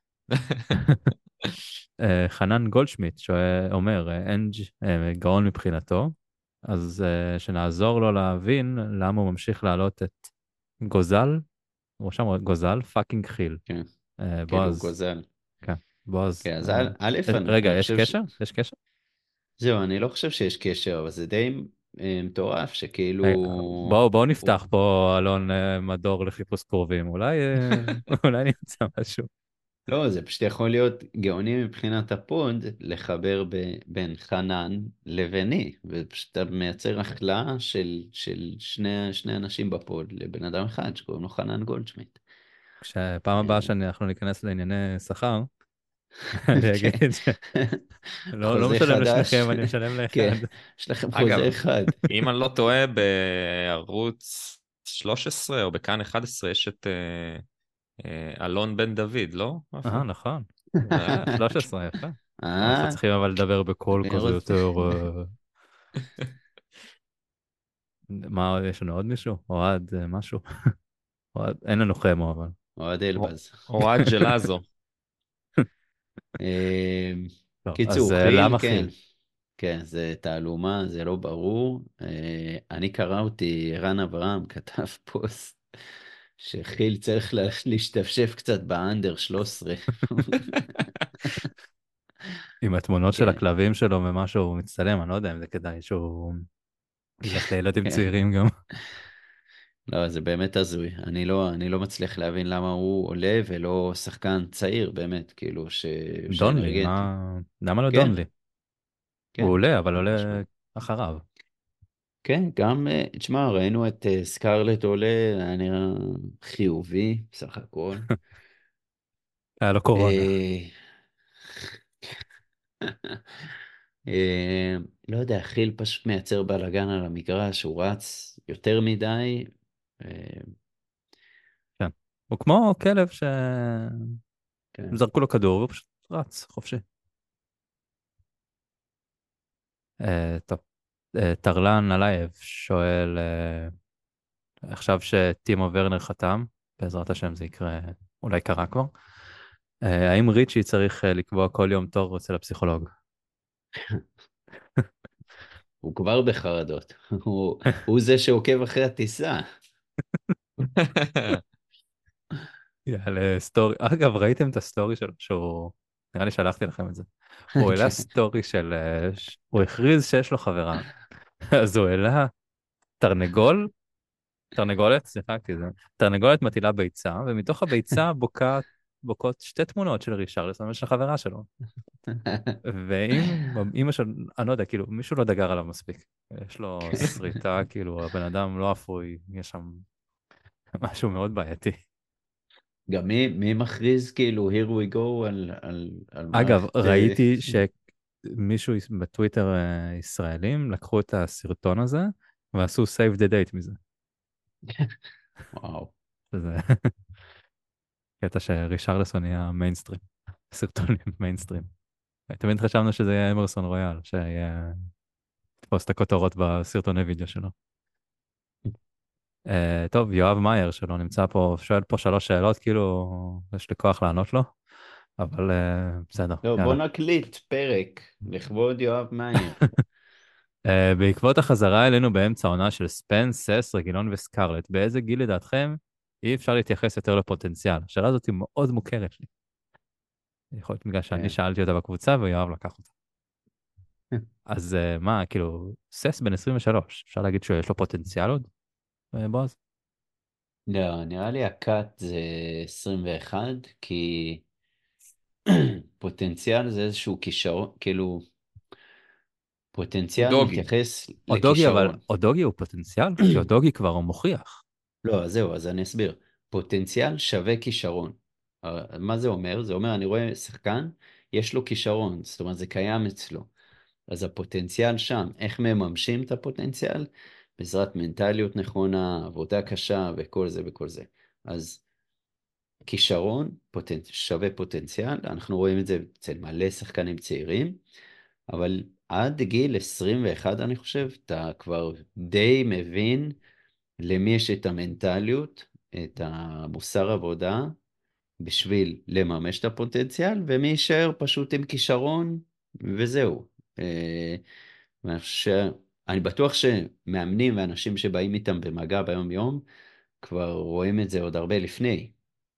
חנן גולדשמיט אומר, אנג' גאון מבחינתו, אז שנעזור לו להבין למה הוא ממשיך להעלות את גוזל, הוא שם גוזל, פאקינג חיל. כן, כאילו בועז, גוזל. כן, בועז. כן, אז א', רגע, אני יש חושב קשר? יש קשר? זהו, אני לא חושב שיש קשר, אבל זה די מטורף שכאילו... בואו הוא- נפתח פה אלון מדור לחיפוש קרובים, אולי אולי נמצא משהו. לא, זה פשוט יכול להיות גאוני מבחינת הפוד, לחבר בין חנן לביני, ופשוט אתה מייצר החלאה של שני אנשים בפוד לבן אדם אחד שקוראים לו חנן גולדשמיט. כשפעם הבאה אה, שאנחנו ניכנס לענייני שכר, אני כן. אגיד שלא חוזה משלם לשניכם, חדש, אני משלם כן, לאחד. יש לכם חוזה אגב, אחד. אם אני לא טועה, בערוץ 13 או בכאן 11 יש את אלון בן דוד, לא? איפה? נכון. 13, יפה. אנחנו אה, צריכים אבל לדבר בקול כזה לראות. יותר... מה, יש לנו עוד מישהו? אוהד, משהו? אוהד, אין לנו חמו, אבל... אוהד אלבז. אוהד ג'לאזו. טוב, אז קיצור, חיל, למה כן. חיל? כן, זה תעלומה, זה לא ברור. אני קרא אותי, ערן אברהם כתב פוסט שחיל צריך להשתפשף קצת באנדר 13. עם התמונות של כן, הכלבים שלו ומה שהוא מצטלם, אני לא יודע אם זה כדאי שהוא ילך לילדים כן. צעירים גם. לא, זה באמת הזוי. אני לא מצליח להבין למה הוא עולה ולא שחקן צעיר, באמת, כאילו, דונלי, שאנרגטי. למה לא כן, דונלי? הוא כן. עולה, אבל ממש עולה לא. אחריו. כן, גם, תשמע, ראינו את סקרלט עולה, היה נראה חיובי, בסך הכל. היה לו קורונה. אה, לא יודע, חיל פשוט מייצר בלאגן על המגרש, הוא רץ יותר מדי. אה, כן. הוא כמו כלב שזרקו כן. לו כדור והוא פשוט רץ חופשי. טוב. טרלן אלייב שואל, עכשיו שטימו ורנר חתם, בעזרת השם זה יקרה, אולי קרה כבר, האם ריצ'י צריך לקבוע כל יום תור אצל הפסיכולוג? הוא כבר בחרדות, הוא זה שעוקב אחרי הטיסה. יאללה, סטורי. אגב, ראיתם את הסטורי שלו, שהוא... נראה לי שלחתי לכם את זה. הוא העלה סטורי של... הוא הכריז שיש לו חברה, אז הוא העלה תרנגול, תרנגולת, סליחה, כי זה... תרנגולת מטילה ביצה, ומתוך הביצה בוקעות שתי תמונות של רישרלסון ושל החברה שלו. ואם אמא של... אני לא יודע, כאילו, מישהו לא דגר עליו מספיק. יש לו שריטה, כאילו, הבן אדם לא אפוי, יש שם משהו מאוד בעייתי. גם מי מכריז כאילו, here we go על אגב, מערכת... ראיתי שמישהו בטוויטר ישראלים לקחו את הסרטון הזה ועשו save the date מזה. וואו. שזה קטע שרישרלסון נהיה מיינסטרים, סרטונים מיינסטרים. תמיד חשבנו שזה יהיה אמרסון רויאל, שיתפוס את הכותרות בסרטוני וידאו שלו. טוב, יואב מאייר שלו נמצא פה, שואל פה 3 שאלות, כאילו יש לי כוח לענות לו, אבל בסדר, לא, בוא יאללה. נקליט פרק לכבוד יואב מאייר. בעקבות החזרה אלינו באמצע העונה של ספנס, סס, רגילון וסקרלט, באיזה גיל לדעתכם אי אפשר להתייחס יותר לפוטנציאל? השאלה הזאת היא מאוד מוכרת לי. יכול להיות בגלל שאני כן. שאלתי אותה בקבוצה ויואב לקח אותה. אז מה, כאילו, סס בן 23, אפשר להגיד שיש לו פוטנציאל עוד, בועז? לא, נראה לי הקאט זה 21, כי פוטנציאל זה איזשהו כישרון, כאילו, הוא פוטנציאל דוגי. מתייחס אודוגי, אבל לכישרון. אודוגי הוא פוטנציאל? כי אודוגי כבר הוא מוכיח. לא, אז זהו, אז אני אסביר. פוטנציאל שווה כישרון. מה זה אומר? זה אומר, אני רואה שחקן, יש לו כישרון, זאת אומרת, זה קיים אצלו. אז הפוטנציאל שם, איך מממשים את הפוטנציאל? בעזרת מנטליות נכונה, עבודה קשה וכל זה וכל זה. אז כישרון שווה פוטנציאל, אנחנו רואים את זה אצל מלא שחקנים צעירים, אבל עד גיל 21, אני חושב, אתה כבר די מבין למי יש את המנטליות, את המוסר עבודה, בשביל לממש את הפוטנציאל, ומי יישאר פשוט עם כישרון, וזהו. ואני חושב, אני בטוח שמאמנים ואנשים שבאים איתם במגע ביום יום, כבר רואים את זה עוד הרבה לפני.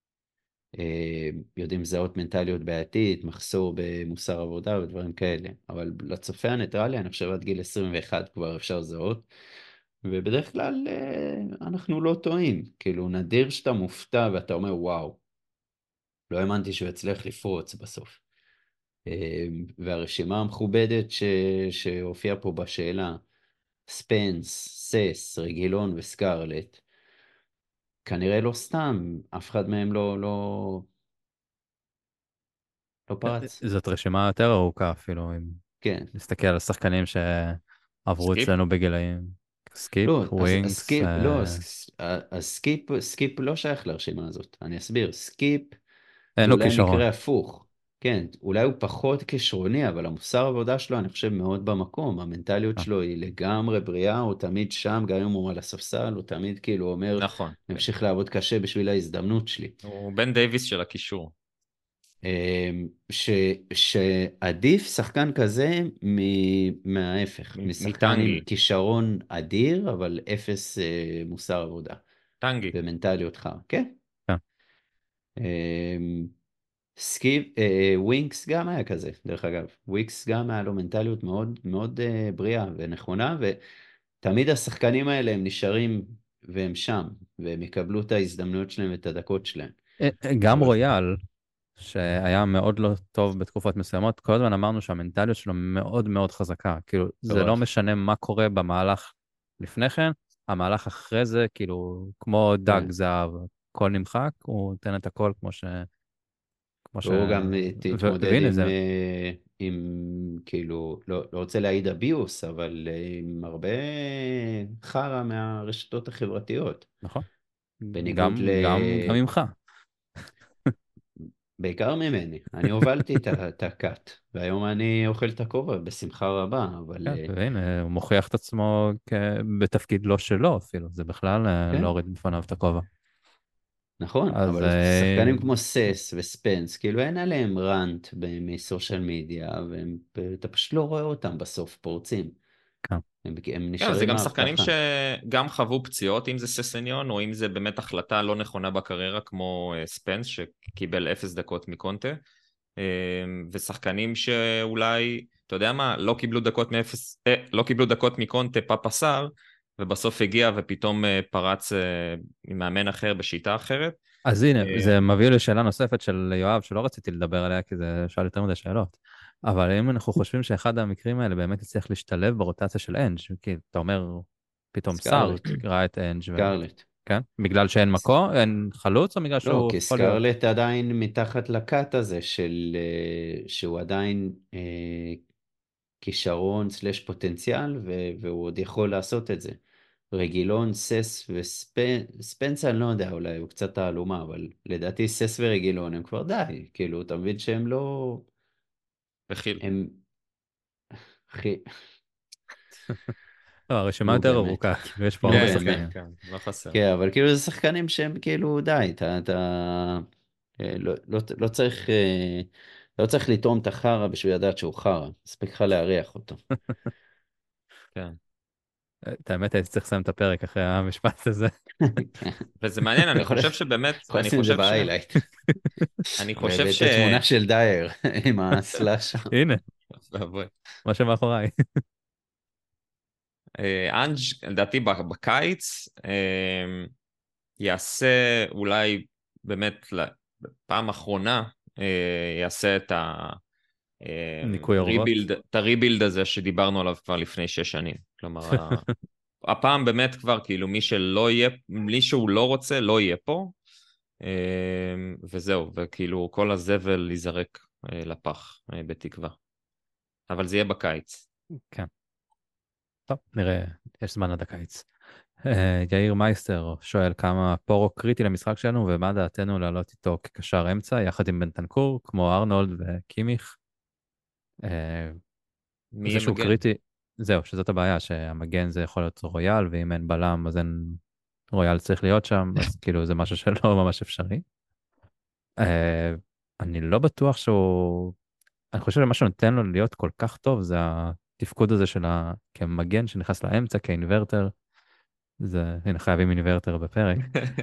יודעים לזהות מנטליות בעייתית, מחסור במוסר עבודה ודברים כאלה. אבל לצופה הניטרלי, אני חושב עד גיל 21 כבר אפשר לזהות. ובדרך כלל אנחנו לא טועים. כאילו, נדיר שאתה מופתע ואתה אומר, וואו, לא האמנתי שהוא יצליח לפרוץ בסוף. והרשימה המכובדת שהופיעה פה בשאלה, ספנס, סס, רגילון וסקרלט, כנראה לא סתם, אף אחד מהם לא פרץ. זאת רשימה יותר ארוכה אפילו, אם כן. נסתכל על שחקנים שעברו סקיפ? אצלנו בגילאים. סקיפ, לא, אז ווינקס, סקיפ, לא, אז סקיפ לא שייך לרשימה הזאת. אני אסביר, סקיפ אין זה לו אולי כישרון. מקרה הפוך. כן, אולי הוא פחות כישרוני, אבל המוסר העבודה שלו, אני חושב, מאוד במקום. המנטליות אה, שלו היא לגמרי בריאה, הוא תמיד שם, גם אם הוא על הספסל, הוא תמיד כאילו אומר, נכון, כן. נמשיך לעבוד קשה בשביל ההזדמנות שלי. הוא בן דייוויס של הקישור. ש, שעדיף שחקן כזה מההפך, משחקן עם מטנגי. כישרון אדיר, אבל אפס מוסר עבודה טנגי. ומנטליות חרא. כן. כן. סקיפ, ווינקס גם היה כזה, דרך אגב. ווינקס גם היה לו מנטליות מאוד מאוד בריאה ונכונה, ותמיד השחקנים האלה הם נשארים והם שם, והם יקבלו את ההזדמנויות שלהם ואת הדקות שלהם. גם אבל רויאל, שהיה מאוד לא טוב בתקופות מסוימות, כל הזמן אמרנו שהמנטליות שלו מאוד מאוד חזקה. כאילו, זה לא מטורף. משנה מה קורה במהלך לפני כן, המהלך אחרי זה, כאילו, כמו דג כן. זהב, הכל נמחק, הוא נותן את הכל כמו ש... והוא גם תתמודד והנה זה, עם כאילו, לא רוצה להעיד אביוס, אבל עם הרבה חרא מהרשתות החברתיות. נכון? בניגוד גם ממך. בעיקר ממני. אני הובלתי את הכת, והיום אני אוכל את הכובע בשמחה רבה, אבל כן, והנה, הוא מוכיח את עצמו בתפקיד לא שלו אפילו, זה בכלל כן, להוריד בפניו את הכובע. נכון, אז אבל שחקנים כמו סס וספנס, כאילו אין עליהם רנט מסושיאל מדיה, ואתה פשוט לא רואה אותם בסוף פורצים. כן. הם כן, זה נשארים גם שחקנים מההבטחה. שגם חוו פציעות, אם זה ססניון, או אם זה באמת החלטה לא נכונה בקריירה, כמו ספנס, שקיבל 0 דקות מקונטה, ושחקנים שאולי, אתה יודע מה, לא קיבלו דקות מקונטה פאפה סאר, ובסוף הגיע ופתאום פרץ עם מאמן אחר בשיטה אחרת. אז הנה, אה, זה מביא לשאלה נוספת של יואב, שלא רציתי לדבר עליה, כי זה שאל יותר מדי שאלות. אבל אם אנחנו חושבים שאחד המקרים האלה באמת יצליח להשתלב ברוטציה של אנג', כי אתה אומר, פתאום סאר סקרלט, ראה את אנג' סקרלט. כן? בגלל שאין מקום, אין חלוץ, או בגלל לא, שהוא כי יכול להיות? סקרלט עדיין מתחת לקאט הזה שהוא עדיין כישרון סלש פוטנציאל, והוא עוד יכול לעשות את זה. רגילון, סס וספנס, אני לא יודע, אולי הוא קצת תעלומה, אבל לדעתי סס ורגילון הם כבר די, כאילו, אתה מבין שהם לא... וחיל. הם... חי- לא, הרשימה נו יותר באמת, ארוכה, יש פה נו הרבה כן, כן, באמת. שחקנים. כן, לא חסר. כן, אבל כאילו זה שחקנים שהם כאילו די, לא צריך, לא צריך לטעום את החרא בשביל לדעת שהוא חרא, מספיק לך להריח אותו. כן. את האמת, הייתי צריך לסיים את הפרק אחרי המשפט הזה. וזה מעניין, אני יכול חושב שבאמת, יכול לשים את זה בהיילייט. אני חושב ואת התמונה של דייר עם הסלאש. הנה, ואבוי. מה שמאחוריי. אנג' לדעתי בקיץ יעשה אולי באמת פעם אחרונה יעשה את ניקוי אורוות. את הריבילד הזה שדיברנו עליו כבר לפני 6 שנים. כלומר, הפעם באמת כבר כאילו מי שהוא לא רוצה לא יהיה פה, וזהו, וכאילו כל הזבל ייזרק לפח בתקווה. אבל זה יהיה בקיץ. כן. טוב, נראה, יש זמן עד הקיץ. יאיר מייסטר שואל כמה פורו קריטי למשחק שלנו ומה דעתנו לעלות איתו כקשר אמצע יחד עם בנטנקור כמו ארנולד וקימיך. מי זה שהוא ימגן? קריטי, זהו, שזאת הבעיה, שהמגן זה יכול להיות רויאל, ואם אין בלם אז אין רויאל צריך להיות שם, אז כאילו זה משהו שלא ממש אפשרי. אני לא בטוח אני חושב שמה שנותן לו להיות כל כך טוב זה התפקוד הזה כמגן שנכנס לאמצע, כאינברטר. הנה חייבים אינברטר בפרק.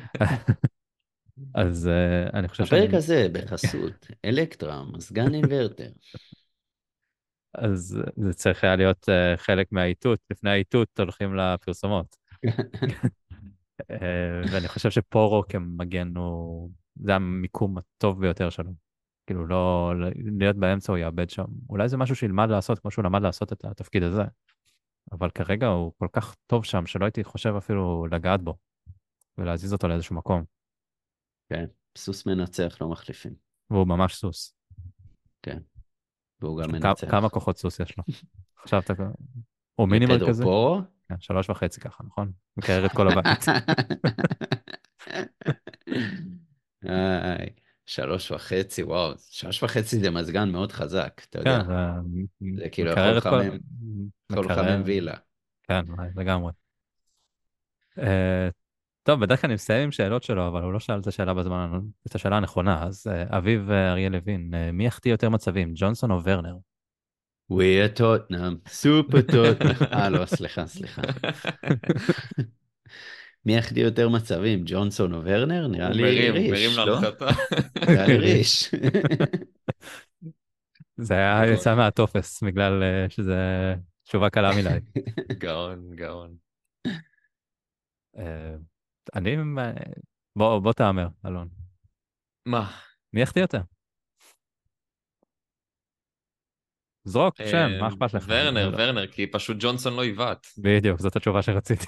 אז אני חושב הפרק הזה בחסות אלקטרה, מזגן אינברטר. אז זה צריך היה להיות חלק מהאיתות, לפני האיתות הולכים לפרסומות. ואני חושב שפורו כמגן זה המיקום הטוב ביותר שלו. כאילו לא, להיות באמצע הוא יאבד שם. אולי זה משהו שילמד לעשות, כמו שהוא למד לעשות את התפקיד הזה. אבל כרגע הוא כל כך טוב שם, שלא הייתי חושב אפילו לגעת בו, ולהזיז אותו לאיזשהו מקום. כן, סוס מנצח לא מחליפים. והוא ממש סוס. כן, והוא גם מנצח. כמה כוחות סוס יש לו? חשבת, הוא מינימל לפדרו כזה? פורו? כן, 3.5 ככה, נכון? מקרר את כל הבית. איי, 3.5, וואו, 3.5 זה מזגן מאוד חזק, אתה כן, יודע. זה כאילו יכול מקרר את כל... לחמם וילה. כן, לגמרי. טוב, בדרך כלל אני מסיים עם שאלות שלו, אבל הוא לא שאל את השאלה בזמן, את השאלה הנכונה. אז אביב אריה לוין, מי יחטיא יותר מצבים, ג'ונסון או ורנר? We are Tottenham, סופר טוטנאם. לא, סליחה. מי יחטיא יותר מצבים, ג'ונסון או ורנר? נראה הוא לי מרים ריש, לא? להנחתה. נראה לי ריש. זה היה יצא מהטופס, בגלל שזה תשובה קלה מדי. גאון. אני... בוא תאמר, אלון. מה? מי יחטיא יותר? זרוק, שם, מה אכפת לך? ורנר, כי פשוט ג'ונסון לא יבעט. בדיוק, זאת התשובה שרציתי.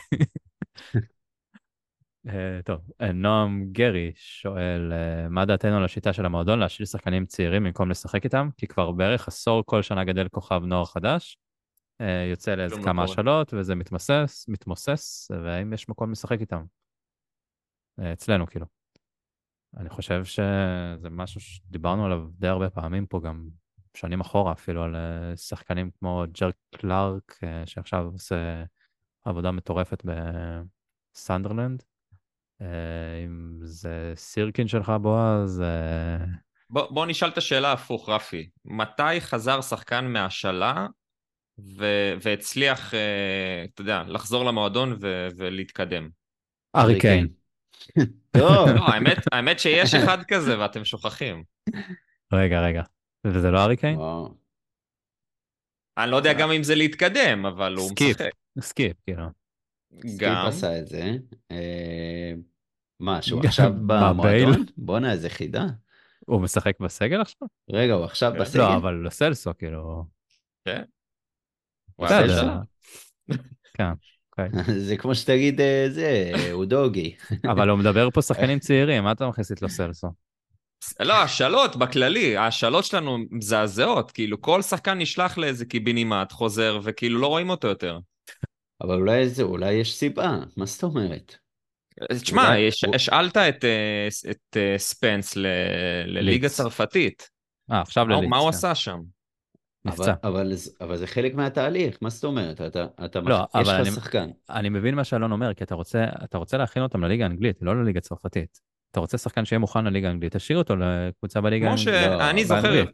טוב, נועם גרי שואל, מה דעתנו על השיטה של המועדון להשאיל שחקנים צעירים במקום לשחק איתם? כי כבר בערך עשור כל שנה גדל כוכב נוער חדש, יוצא לאיזה כלום לא כמה קורה. השאלות, וזה מתמוסס, והאם יש מקום לשחק איתם? אצלנו, כאילו. אני חושב שזה משהו שדיברנו עליו די הרבה פעמים פה, גם שנים אחורה, אפילו על שחקנים כמו ג'רק קלארק, שעכשיו עושה עבודה מטורפת בסנדרלנד. אם זה סירקין שלך, בועז. בוא נשאל את השאלה הפוך, רפי. מתי חזר שחקן מהשאלה והצליח, אתה יודע, לחזור למועדון ולהתקדם? ארי קיין. טוב. לא, האמת שיש אחד כזה ואתם שוכחים. רגע. וזה לא ארי קיין? וואו. אני לא יודע גם אם זה להתקדם, אבל הוא משחק. סקיפ, כאילו. סקיפ גם. עשה את זה. מה, שהוא עכשיו במועדון? בוא'נה, איזה חידה. הוא משחק בסגל עכשיו? רגע, הוא עכשיו כן. בסגל? לא, אבל לסלסו, כאילו. כן. הוא היה בסדר. בשלב. כן, אוקיי. זה כמו שתגיד, הוא דוגי. אבל הוא מדבר פה שחקנים צעירים, מה אתה מכניס לו סלסו? לא, השאלות בכללי, השאלות שלנו מזעזעות, כאילו כל שחקן נשלח לאיזה קיבינימט, חוזר, וכאילו לא רואים אותו יותר. אבל אולי יש סיבה, מה זאת אומרת? תשמע, אולי- השאלת את ספנס לליגה לידס. צרפתית. עכשיו לליץ. מה הוא כן. עשה שם? נפצע. אבל זה חלק מהתהליך, מה זאת אומרת? לא, יש אבל לך שחקן. אני מבין מה שאלון אומר, כי אתה רוצה להכין אותם לליגה האנגלית, לא לליגה הצרפתית. אתה רוצה שחקן שיהיה מוכן לליגה האנגלית, תשאיר אותו לקבוצה בליגה כמו שאני זוכר, באנגלית.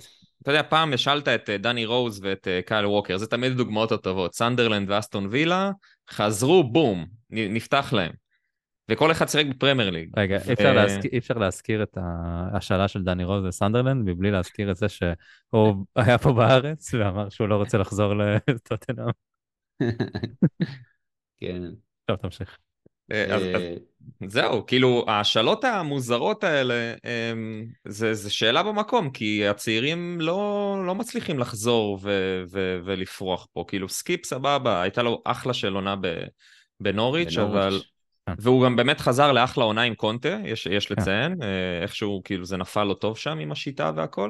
אתה יודע, פעם השאלת את דני רוז ואת קייל ווקר, זה תמיד דוגמאות הטובות. סנדרלנד ואסטון וילה, חזרו, בום, נפתח להם. וכל אחד שיחק בפרמייר ליג. רגע, אי אפשר להזכיר את ההשאלה של דני רוז לסנדרלנד, מבלי להזכיר את זה שהוא היה פה בארץ, ואמר שהוא לא רוצה לחזור לטוטנהאם. כן. טוב, תמשיך. אז זהו, כאילו, ההשאלות המוזרות האלה, זה שאלה במקום, כי הצעירים לא מצליחים לחזור ולפרוח פה. כאילו, סקיפ סבבה, הייתה לו אחלה של עונה בנוריץ', אבל... והוא גם באמת חזר לאחלה עונה עם קונטה, יש לציין, איכשהו כאילו זה נפל לו טוב שם עם השיטה והכל,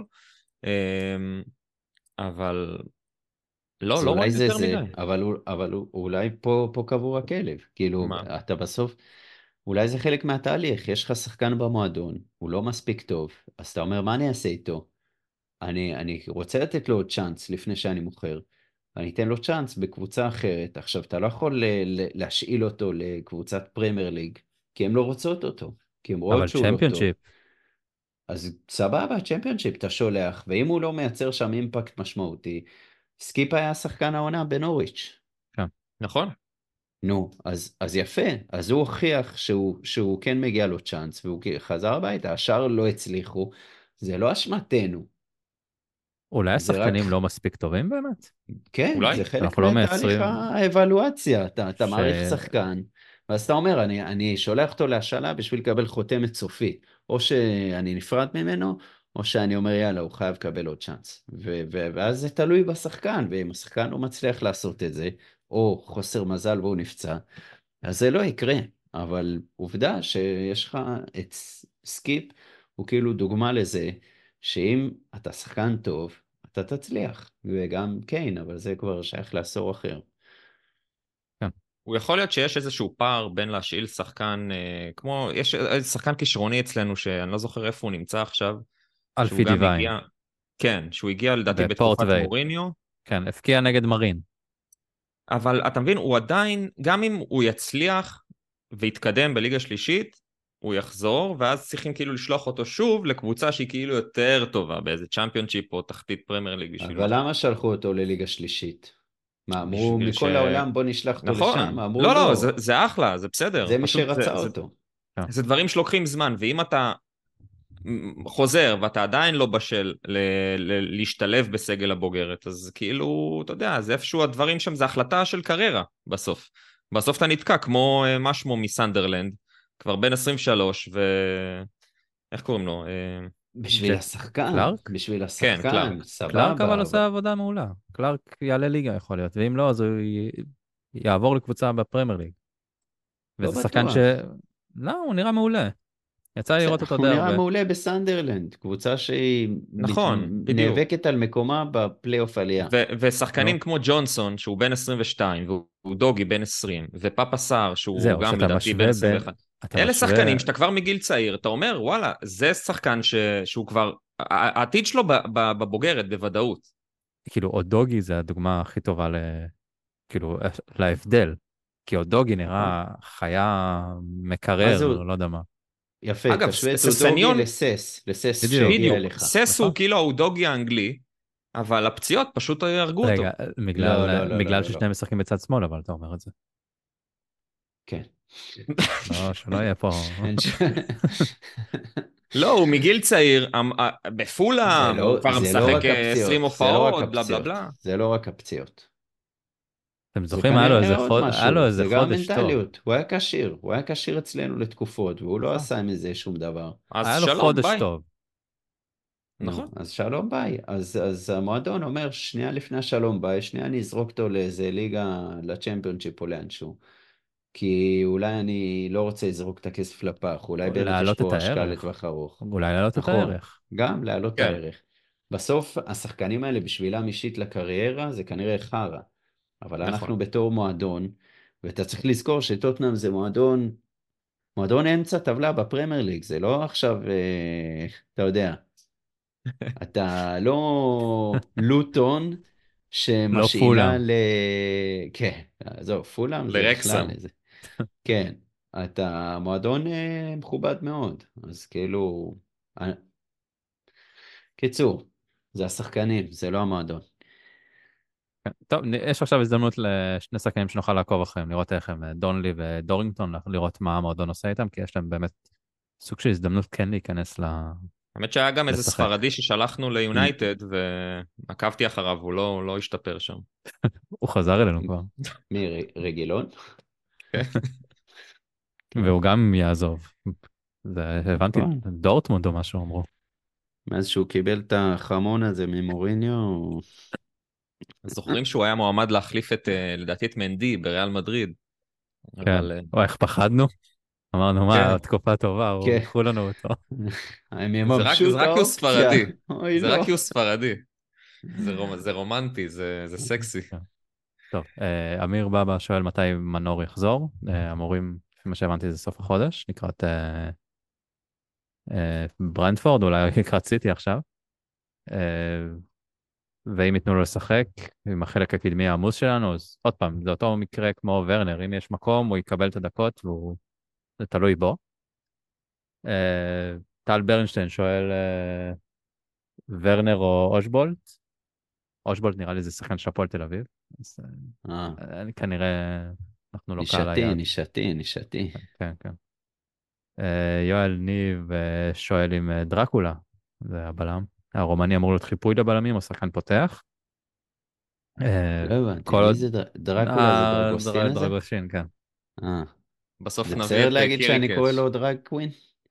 אבל לא רואים יותר מדי. אבל אולי פה קבור הכלב, כאילו אתה בסוף, אולי זה חלק מהתהליך, יש לך שחקן במועדון, הוא לא מספיק טוב, אז אתה אומר מה אני אעשה איתו? אני רוצה לתת לו עוד צ'אנס לפני שאני מוכר, אני אתן לו צ'אנס בקבוצה אחרת. עכשיו, אתה לא יכול להשאיל אותו לקבוצת פרמייר ליג, כי הם לא רוצות אותו, כי הם רואות שהוא לא טוב. אבל צ'מפיונשיפ. אז סבבה, צ'מפיונשיפ אתה שולח, ואם הוא לא מייצר שם אימפקט משמעותי, סקיפ היה שחקן העונה בנוריץ'. כן. נכון. נו, אז יפה, אז הוא הוכיח שהוא כן מגיע לו צ'אנס, והוא חזר הביתה, השאר לא הצליחו, זה לא אשמתנו. אולי השחקנים לא מספיק טובים באמת? כן, אולי? זה חלק מהתהליך האבלואציה, אתה מעריך שחקן, ואז אתה אומר, אני שולח אותו להשאלה בשביל לקבל חותמת סופית, או שאני נפרד ממנו, או שאני אומר, יאללה, הוא חייב לקבל עוד צ'אנס. ואז זה תלוי בשחקן, ואם השחקן לא מצליח לעשות את זה, או חוסר מזל והוא נפצע, אז זה לא יקרה. אבל עובדה שיש לך את סקיפ, הוא כאילו דוגמה לזה, שאם אתה שחקן טוב, אתה תצליח, וגם קיין, אבל זה כבר שייך לעשור אחר. הוא יכול להיות שיש איזשהו פער בין להשאיל שחקן, כמו, יש איזה שחקן כישרוני אצלנו, שאני לא זוכר איפה הוא נמצא עכשיו. אלפי דיוויין. כן, שהוא הגיע לדעתי בתקופת מוריניו. כן, הפקיע נגד מרין. אבל אתה מבין, הוא עדיין, גם אם הוא יצליח ויתקדם בליגה שלישית, הוא יחזור, ואז צריכים כאילו לשלוח אותו שוב לקבוצה שהיא כאילו יותר טובה, באיזה צ'אמפיונשיפ או תחתית פרמייר ליג בשבילו. אבל למה שלחו אותו לליגה שלישית? מה, אמרו מכל העולם בוא נשלח אותו לשם? אמרו לא, זה אחלה, זה בסדר. זה מי שרצה אותו. זה דברים שלוקחים זמן, ואם אתה חוזר ואתה עדיין לא בשל להשתלב בסגל הבוגרת, אז כאילו, אתה יודע, זה איפשהו הדברים שם, זה החלטה של קריירה בסוף. בסוף אתה נתקע כמו משמו מסנדרלנד, כבר בן 23, איך קוראים לו? בשביל השחקן. קלארק? בשביל השחקן, כן, קלארק. סבבה. קלארק אבל עושה עבודה מעולה. קלארק יעלה ליגה יכול להיות, ואם לא, אז הוא יעבור לקבוצה בפרמייר ליג. וזה שחקן לא, הוא נראה מעולה. יצא לי לראות אותו די הרבה. הוא נראה מעולה בסנדרלנד, קבוצה שהיא נאבקת על מקומה בפלייאוף עלייה. ושחקנים כמו ג'ונסון, שהוא בן 22, והוא דוגי בן 20, ופאפה סאר, שהוא גם לדעתי בן 21. אלה שחקנים שאתה כבר מגיל צעיר, אתה אומר, וואלה, זה שחקן שהוא כבר, העתיד שלו בבוגרת, בוודאות. כאילו, אודוגי זה הדוגמה הכי טובה כאילו, להבדל. כי אודוגי נראה חיה מקרר, לא יודע מה. יפה, תשווה את אודוגי לסס שהגיע אליך. סס הוא כאילו האודוגי האנגלי, אבל הפציעות פשוט הרגו אותו. רגע, בגלל ששניהם משחקים בצד שמאל, אבל אתה אומר את זה. כן. לא, שלא יהיה פה. לא, הוא מגיל צעיר, בפולה, הוא כבר משחק 20 הופעות, בלה בלה בלה. זה לא רק הפציעות. אתם זוכרים, היה לו איזה חודש טוב. זה גם מנטליות, הוא היה כשיר אצלנו לתקופות, והוא לא עשה עם זה שום דבר. היה לו חודש טוב. נכון. אז שלום ביי, אז המועדון אומר, שנייה לפני השלום ביי, שנייה אני אזרוק אותו לאיזה ליגה, לצ'מפיונשיפ או לאנשהו. כי אולי אני לא רוצה לזרוק את הכסף לפח, אולי באמת יש פה השקעה לטווח ארוך. אולי להעלות את הערך. גם להעלות את הערך. בסוף, השחקנים האלה בשבילם אישית לקריירה, זה כנראה חרא. אבל אנחנו בתור מועדון, ואתה צריך לזכור שטוטנהאם זה מועדון אמצע טבלה בפרמייר ליג, זה לא עכשיו, אתה יודע, אתה לא לוטון שמשאילה כן, זהו, פולאם זה בכלל איזה. כן, אתה מועדון מכובד מאוד, אז כאילו, קיצור, זה השחקנים, זה לא המועדון. כן. טוב, יש עכשיו הזדמנות לשני שחקנים שנוכל לעקוב אחריהם, לראות איך הם, דונלי ודורינגטון, לראות מה המועדון עושה איתם, כי יש להם באמת סוג של הזדמנות כן להיכנס האמת שהיה גם איזה לשחק. ספרדי ששלחנו ליונייטד, ועקבתי אחריו, הוא לא השתפר שם. הוא חזר אלינו כבר, מי, רגילון? כן. והוא גם יעזוב. הבנתי, נכון. דורטמונד או משהו אמרו. מאז שהוא קיבל את החמון הזה ממוריניו, זוכרים שהוא היה מועמד להחליף לדעתי את מנדי בריאל מדריד, כן, אבל או איך פחדנו? אמרנו, מה, כן, תקופה טובה, כן. ייקחו לנו אותו. הם זה יממשו את רק כי הוא האופציה. ספרדי, אוי זה רק לא. כי הוא ספרדי. זה רומנטי, זה סקסי. כן. טוב, אמיר בבא שואל מתי מנור יחזור. אמורים, לפי מה שהבנתי, זה סוף החודש, לקראת ברנדפורד, אולי לקראת סיטי עכשיו. אה, ואם ייתנו לו לשחק עם החלק הקדמי העמוס שלנו, אז עוד פעם, זה אותו מקרה כמו ורנר, אם יש מקום, הוא יקבל את הדקות, זה תלוי בו. טל ברנשטיין שואל, ורנר או אושבולט? אושבולט נראה לי זה שחקן של הפועל תל אביב, אז אה, כנראה אנחנו לא קהל נישתי, היעד. נישתי, נישתי. כן, כן. יואל ניב שואל אם דרקולה, זה הבלם. הרומני אמור להיות חיפוי לבלמים או שחקן פותח. לא הבנתי, כל מי עוד... זה דרקולה? זה דרגוסטין הזה? דרגושין, כן. אה, בסוף זה נביא בסדר את להגיד שאני קורא קיריקץ'. לו דרג קווין?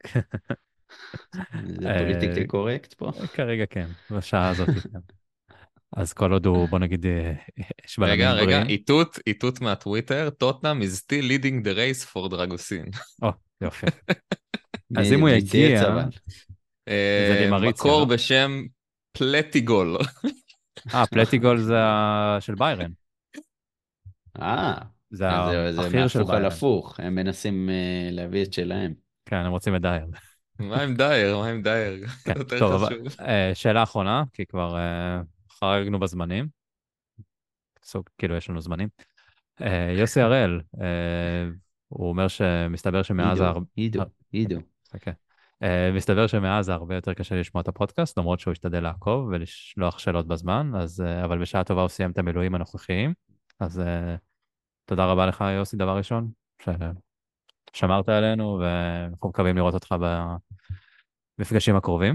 זה פוליטיקלי קורקט פה? כרגע כן, בשעה הזאת כן. אז כל עוד הוא, בוא נגיד, יש רגע, בלמים בריאים. איתות מהטוויטר, טוטנאם is still leading the race for דרגוסין. או, יופי. אז אם הוא מי צייץ יגיע, אבל? זה לימריציה, מקור לא? בשם פלטיגול. פלטיגול זה של ביירן. אה, זה אז זה האחיר של מהפוך על ביירן. הפוך, הם מנסים להביא את שלהם. כן, הם רוצים את דייר. מה עם דייר? מה עם דייר? כן, יותר טוב, אבל חשוב. שאלה אחרונה, כי כבר חרגנו בזמנים. סוג, כאילו יש לנו זמנים. יוסי הראל, הוא אומר שמסתבר שמאז... עידו. חכה. מסתבר שמאז זה הרבה יותר קשה לשמוע את הפודקאסט, למרות שהוא השתדל לעקוב ולשלוח שאלות בזמן, אבל בשעה טובה הוא סיים את המילואים הנוכחיים. אז תודה רבה לך, יוסי, דבר ראשון, ששמרת עלינו, ואנחנו מקווים לראות אותך במפגשים הקרובים.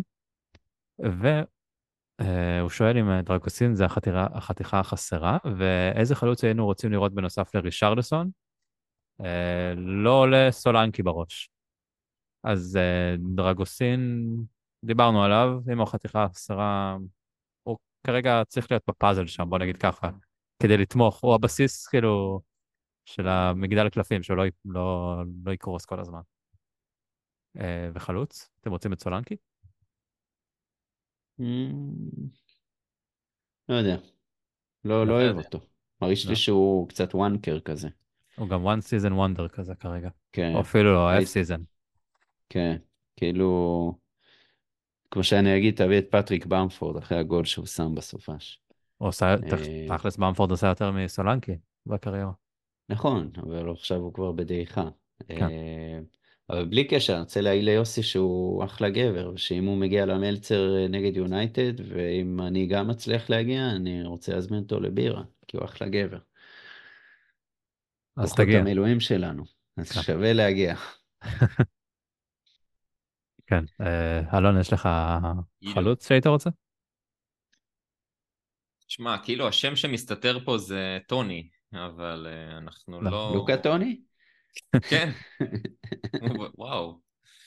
והוא שואל אם דרגוסין זה החתיכה החסרה, ואיזה חלוץ היינו רוצים לראות בנוסף לרישרלסון? לא עולה סולנקי בראש. אז דרגוסין, דיברנו עליו, אם הוא החתיכה החסרה, הוא כרגע צריך להיות בפאזל שם, בוא נגיד ככה, כדי לתמוך, הוא הבסיס כאילו של המגדל הקלפים, שהוא לא יקרוס כל הזמן. וחלוץ, אתם רוצים את סולנקי? לא יודע, לא לא אוהב יודע. אותו. מרגיש לי לא. שהוא קצת וואנקר כזה. הוא גם one season wonder כזה כרגע, או כן, אפילו לא F היית- season. כן, כאילו, כמו שאני אגיד, תביא את פטריק במפורד אחרי הגול שהוא שם בסופש. הוא עושה, אה, תכלס במפורד עושה יותר מסולנקי בקריירה. נכון, אבל עכשיו הוא כבר בדעיכה. כן. אבל בלי קשר, אני רוצה להעיל ליוסי שהוא אחלה גבר, ושאם הוא מגיע למלצר נגד יונייטד, ואם אני גם מצליח להגיע, אני רוצה להזמין אותו לבירה, כי הוא אחלה גבר. אז כוחות תגיע. המילואים שלנו, אז כן. שווה להגיע. כן. אלון, יש לך עידו. חלוץ שהיית רוצה? שמע, כאילו השם שמסתתר פה זה טוני, אבל אנחנו לא. לא... לוקה טוני? כן, וואו.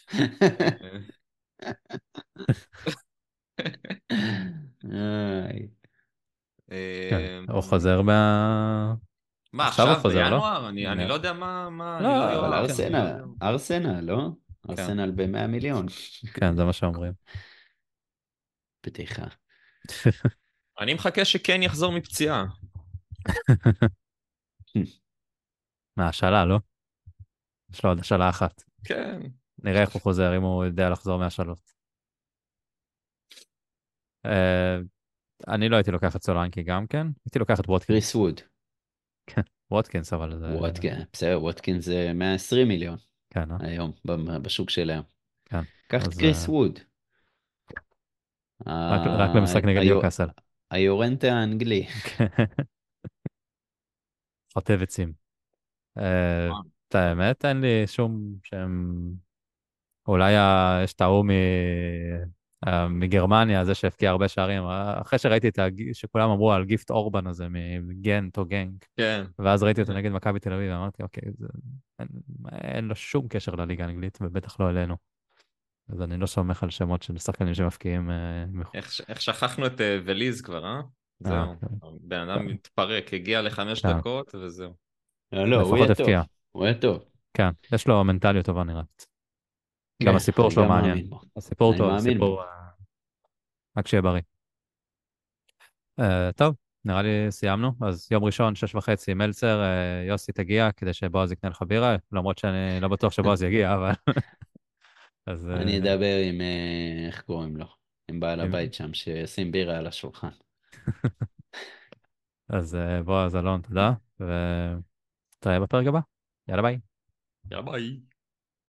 איי. כן. אה, הוא חוזר מה, עכשיו הוא עכשיו חוזר, לא? בינואר? אני לא יודע מה, אני לא, אבל כן. אני לא יודע. ארסנל, לא? כן. ארסנל ב100 מיליון. כן, זה מה שאומרים. בדיחה. אני מחכה שכן יחזור מפציעה. מהשאלה, לא? יש לו עוד השאלה אחת. כן. נראה איך הוא חוזר, אם הוא יודע לחזור מהשאלות. אני לא הייתי לוקח את סולנקי גם כן, הייתי לוקח את ווטקינס. קריס ווד. כן, ווטקינס, אבל זה... בסדר, ווטקינס זה 120 מיליון כן, היום, בשוק של היום. כן. קח את אז קריס ווד. רק למשחק נגד ניוקאסל. היורנטה האנגלי. חוטב עצים. את האמת, אין לי שום שם... אולי יש את ההוא מגרמניה, זה שהפקיע הרבה שערים. אחרי שראיתי שכולם אמרו על גיפט אורבן הזה מגנט או גנק, כן. ואז ראיתי אותו נגד מכבי תל אביב, ואמרתי, אוקיי, אין לו שום קשר לליגה האנגלית, ובטח לא אלינו. אז אני לא סומך על שמות של שחקנים שמפקיעים מחו"ל. איך שכחנו את וליז כבר, אה? זהו. בן אדם מתפרק, הגיע ל5 כן. דקות וזהו. לא, הוא לפחות יהיה טוב. הפקיע. הוא יהיה טוב. כן, יש לו מנטליות טובה נראית. גם כן, הסיפור אני שלו גם מעניין. מאמין בו. הסיפור אני טוב, מאמין בו. הסיפור... רק שיהיה בריא. טוב, נראה לי סיימנו. אז יום ראשון, 6:30, מלצר, יוסי תגיע כדי שבועז יקנה לך בירה, למרות שאני לא בטוח שבועז יגיע, אבל... אז... אני אדבר עם, איך קוראים לו? עם בעל עם- הבית שם, שישים בירה על השולחן. אז בועז, אלון, תודה, ונתראה בפרק הבא. יאללה ביי. יאללה ביי.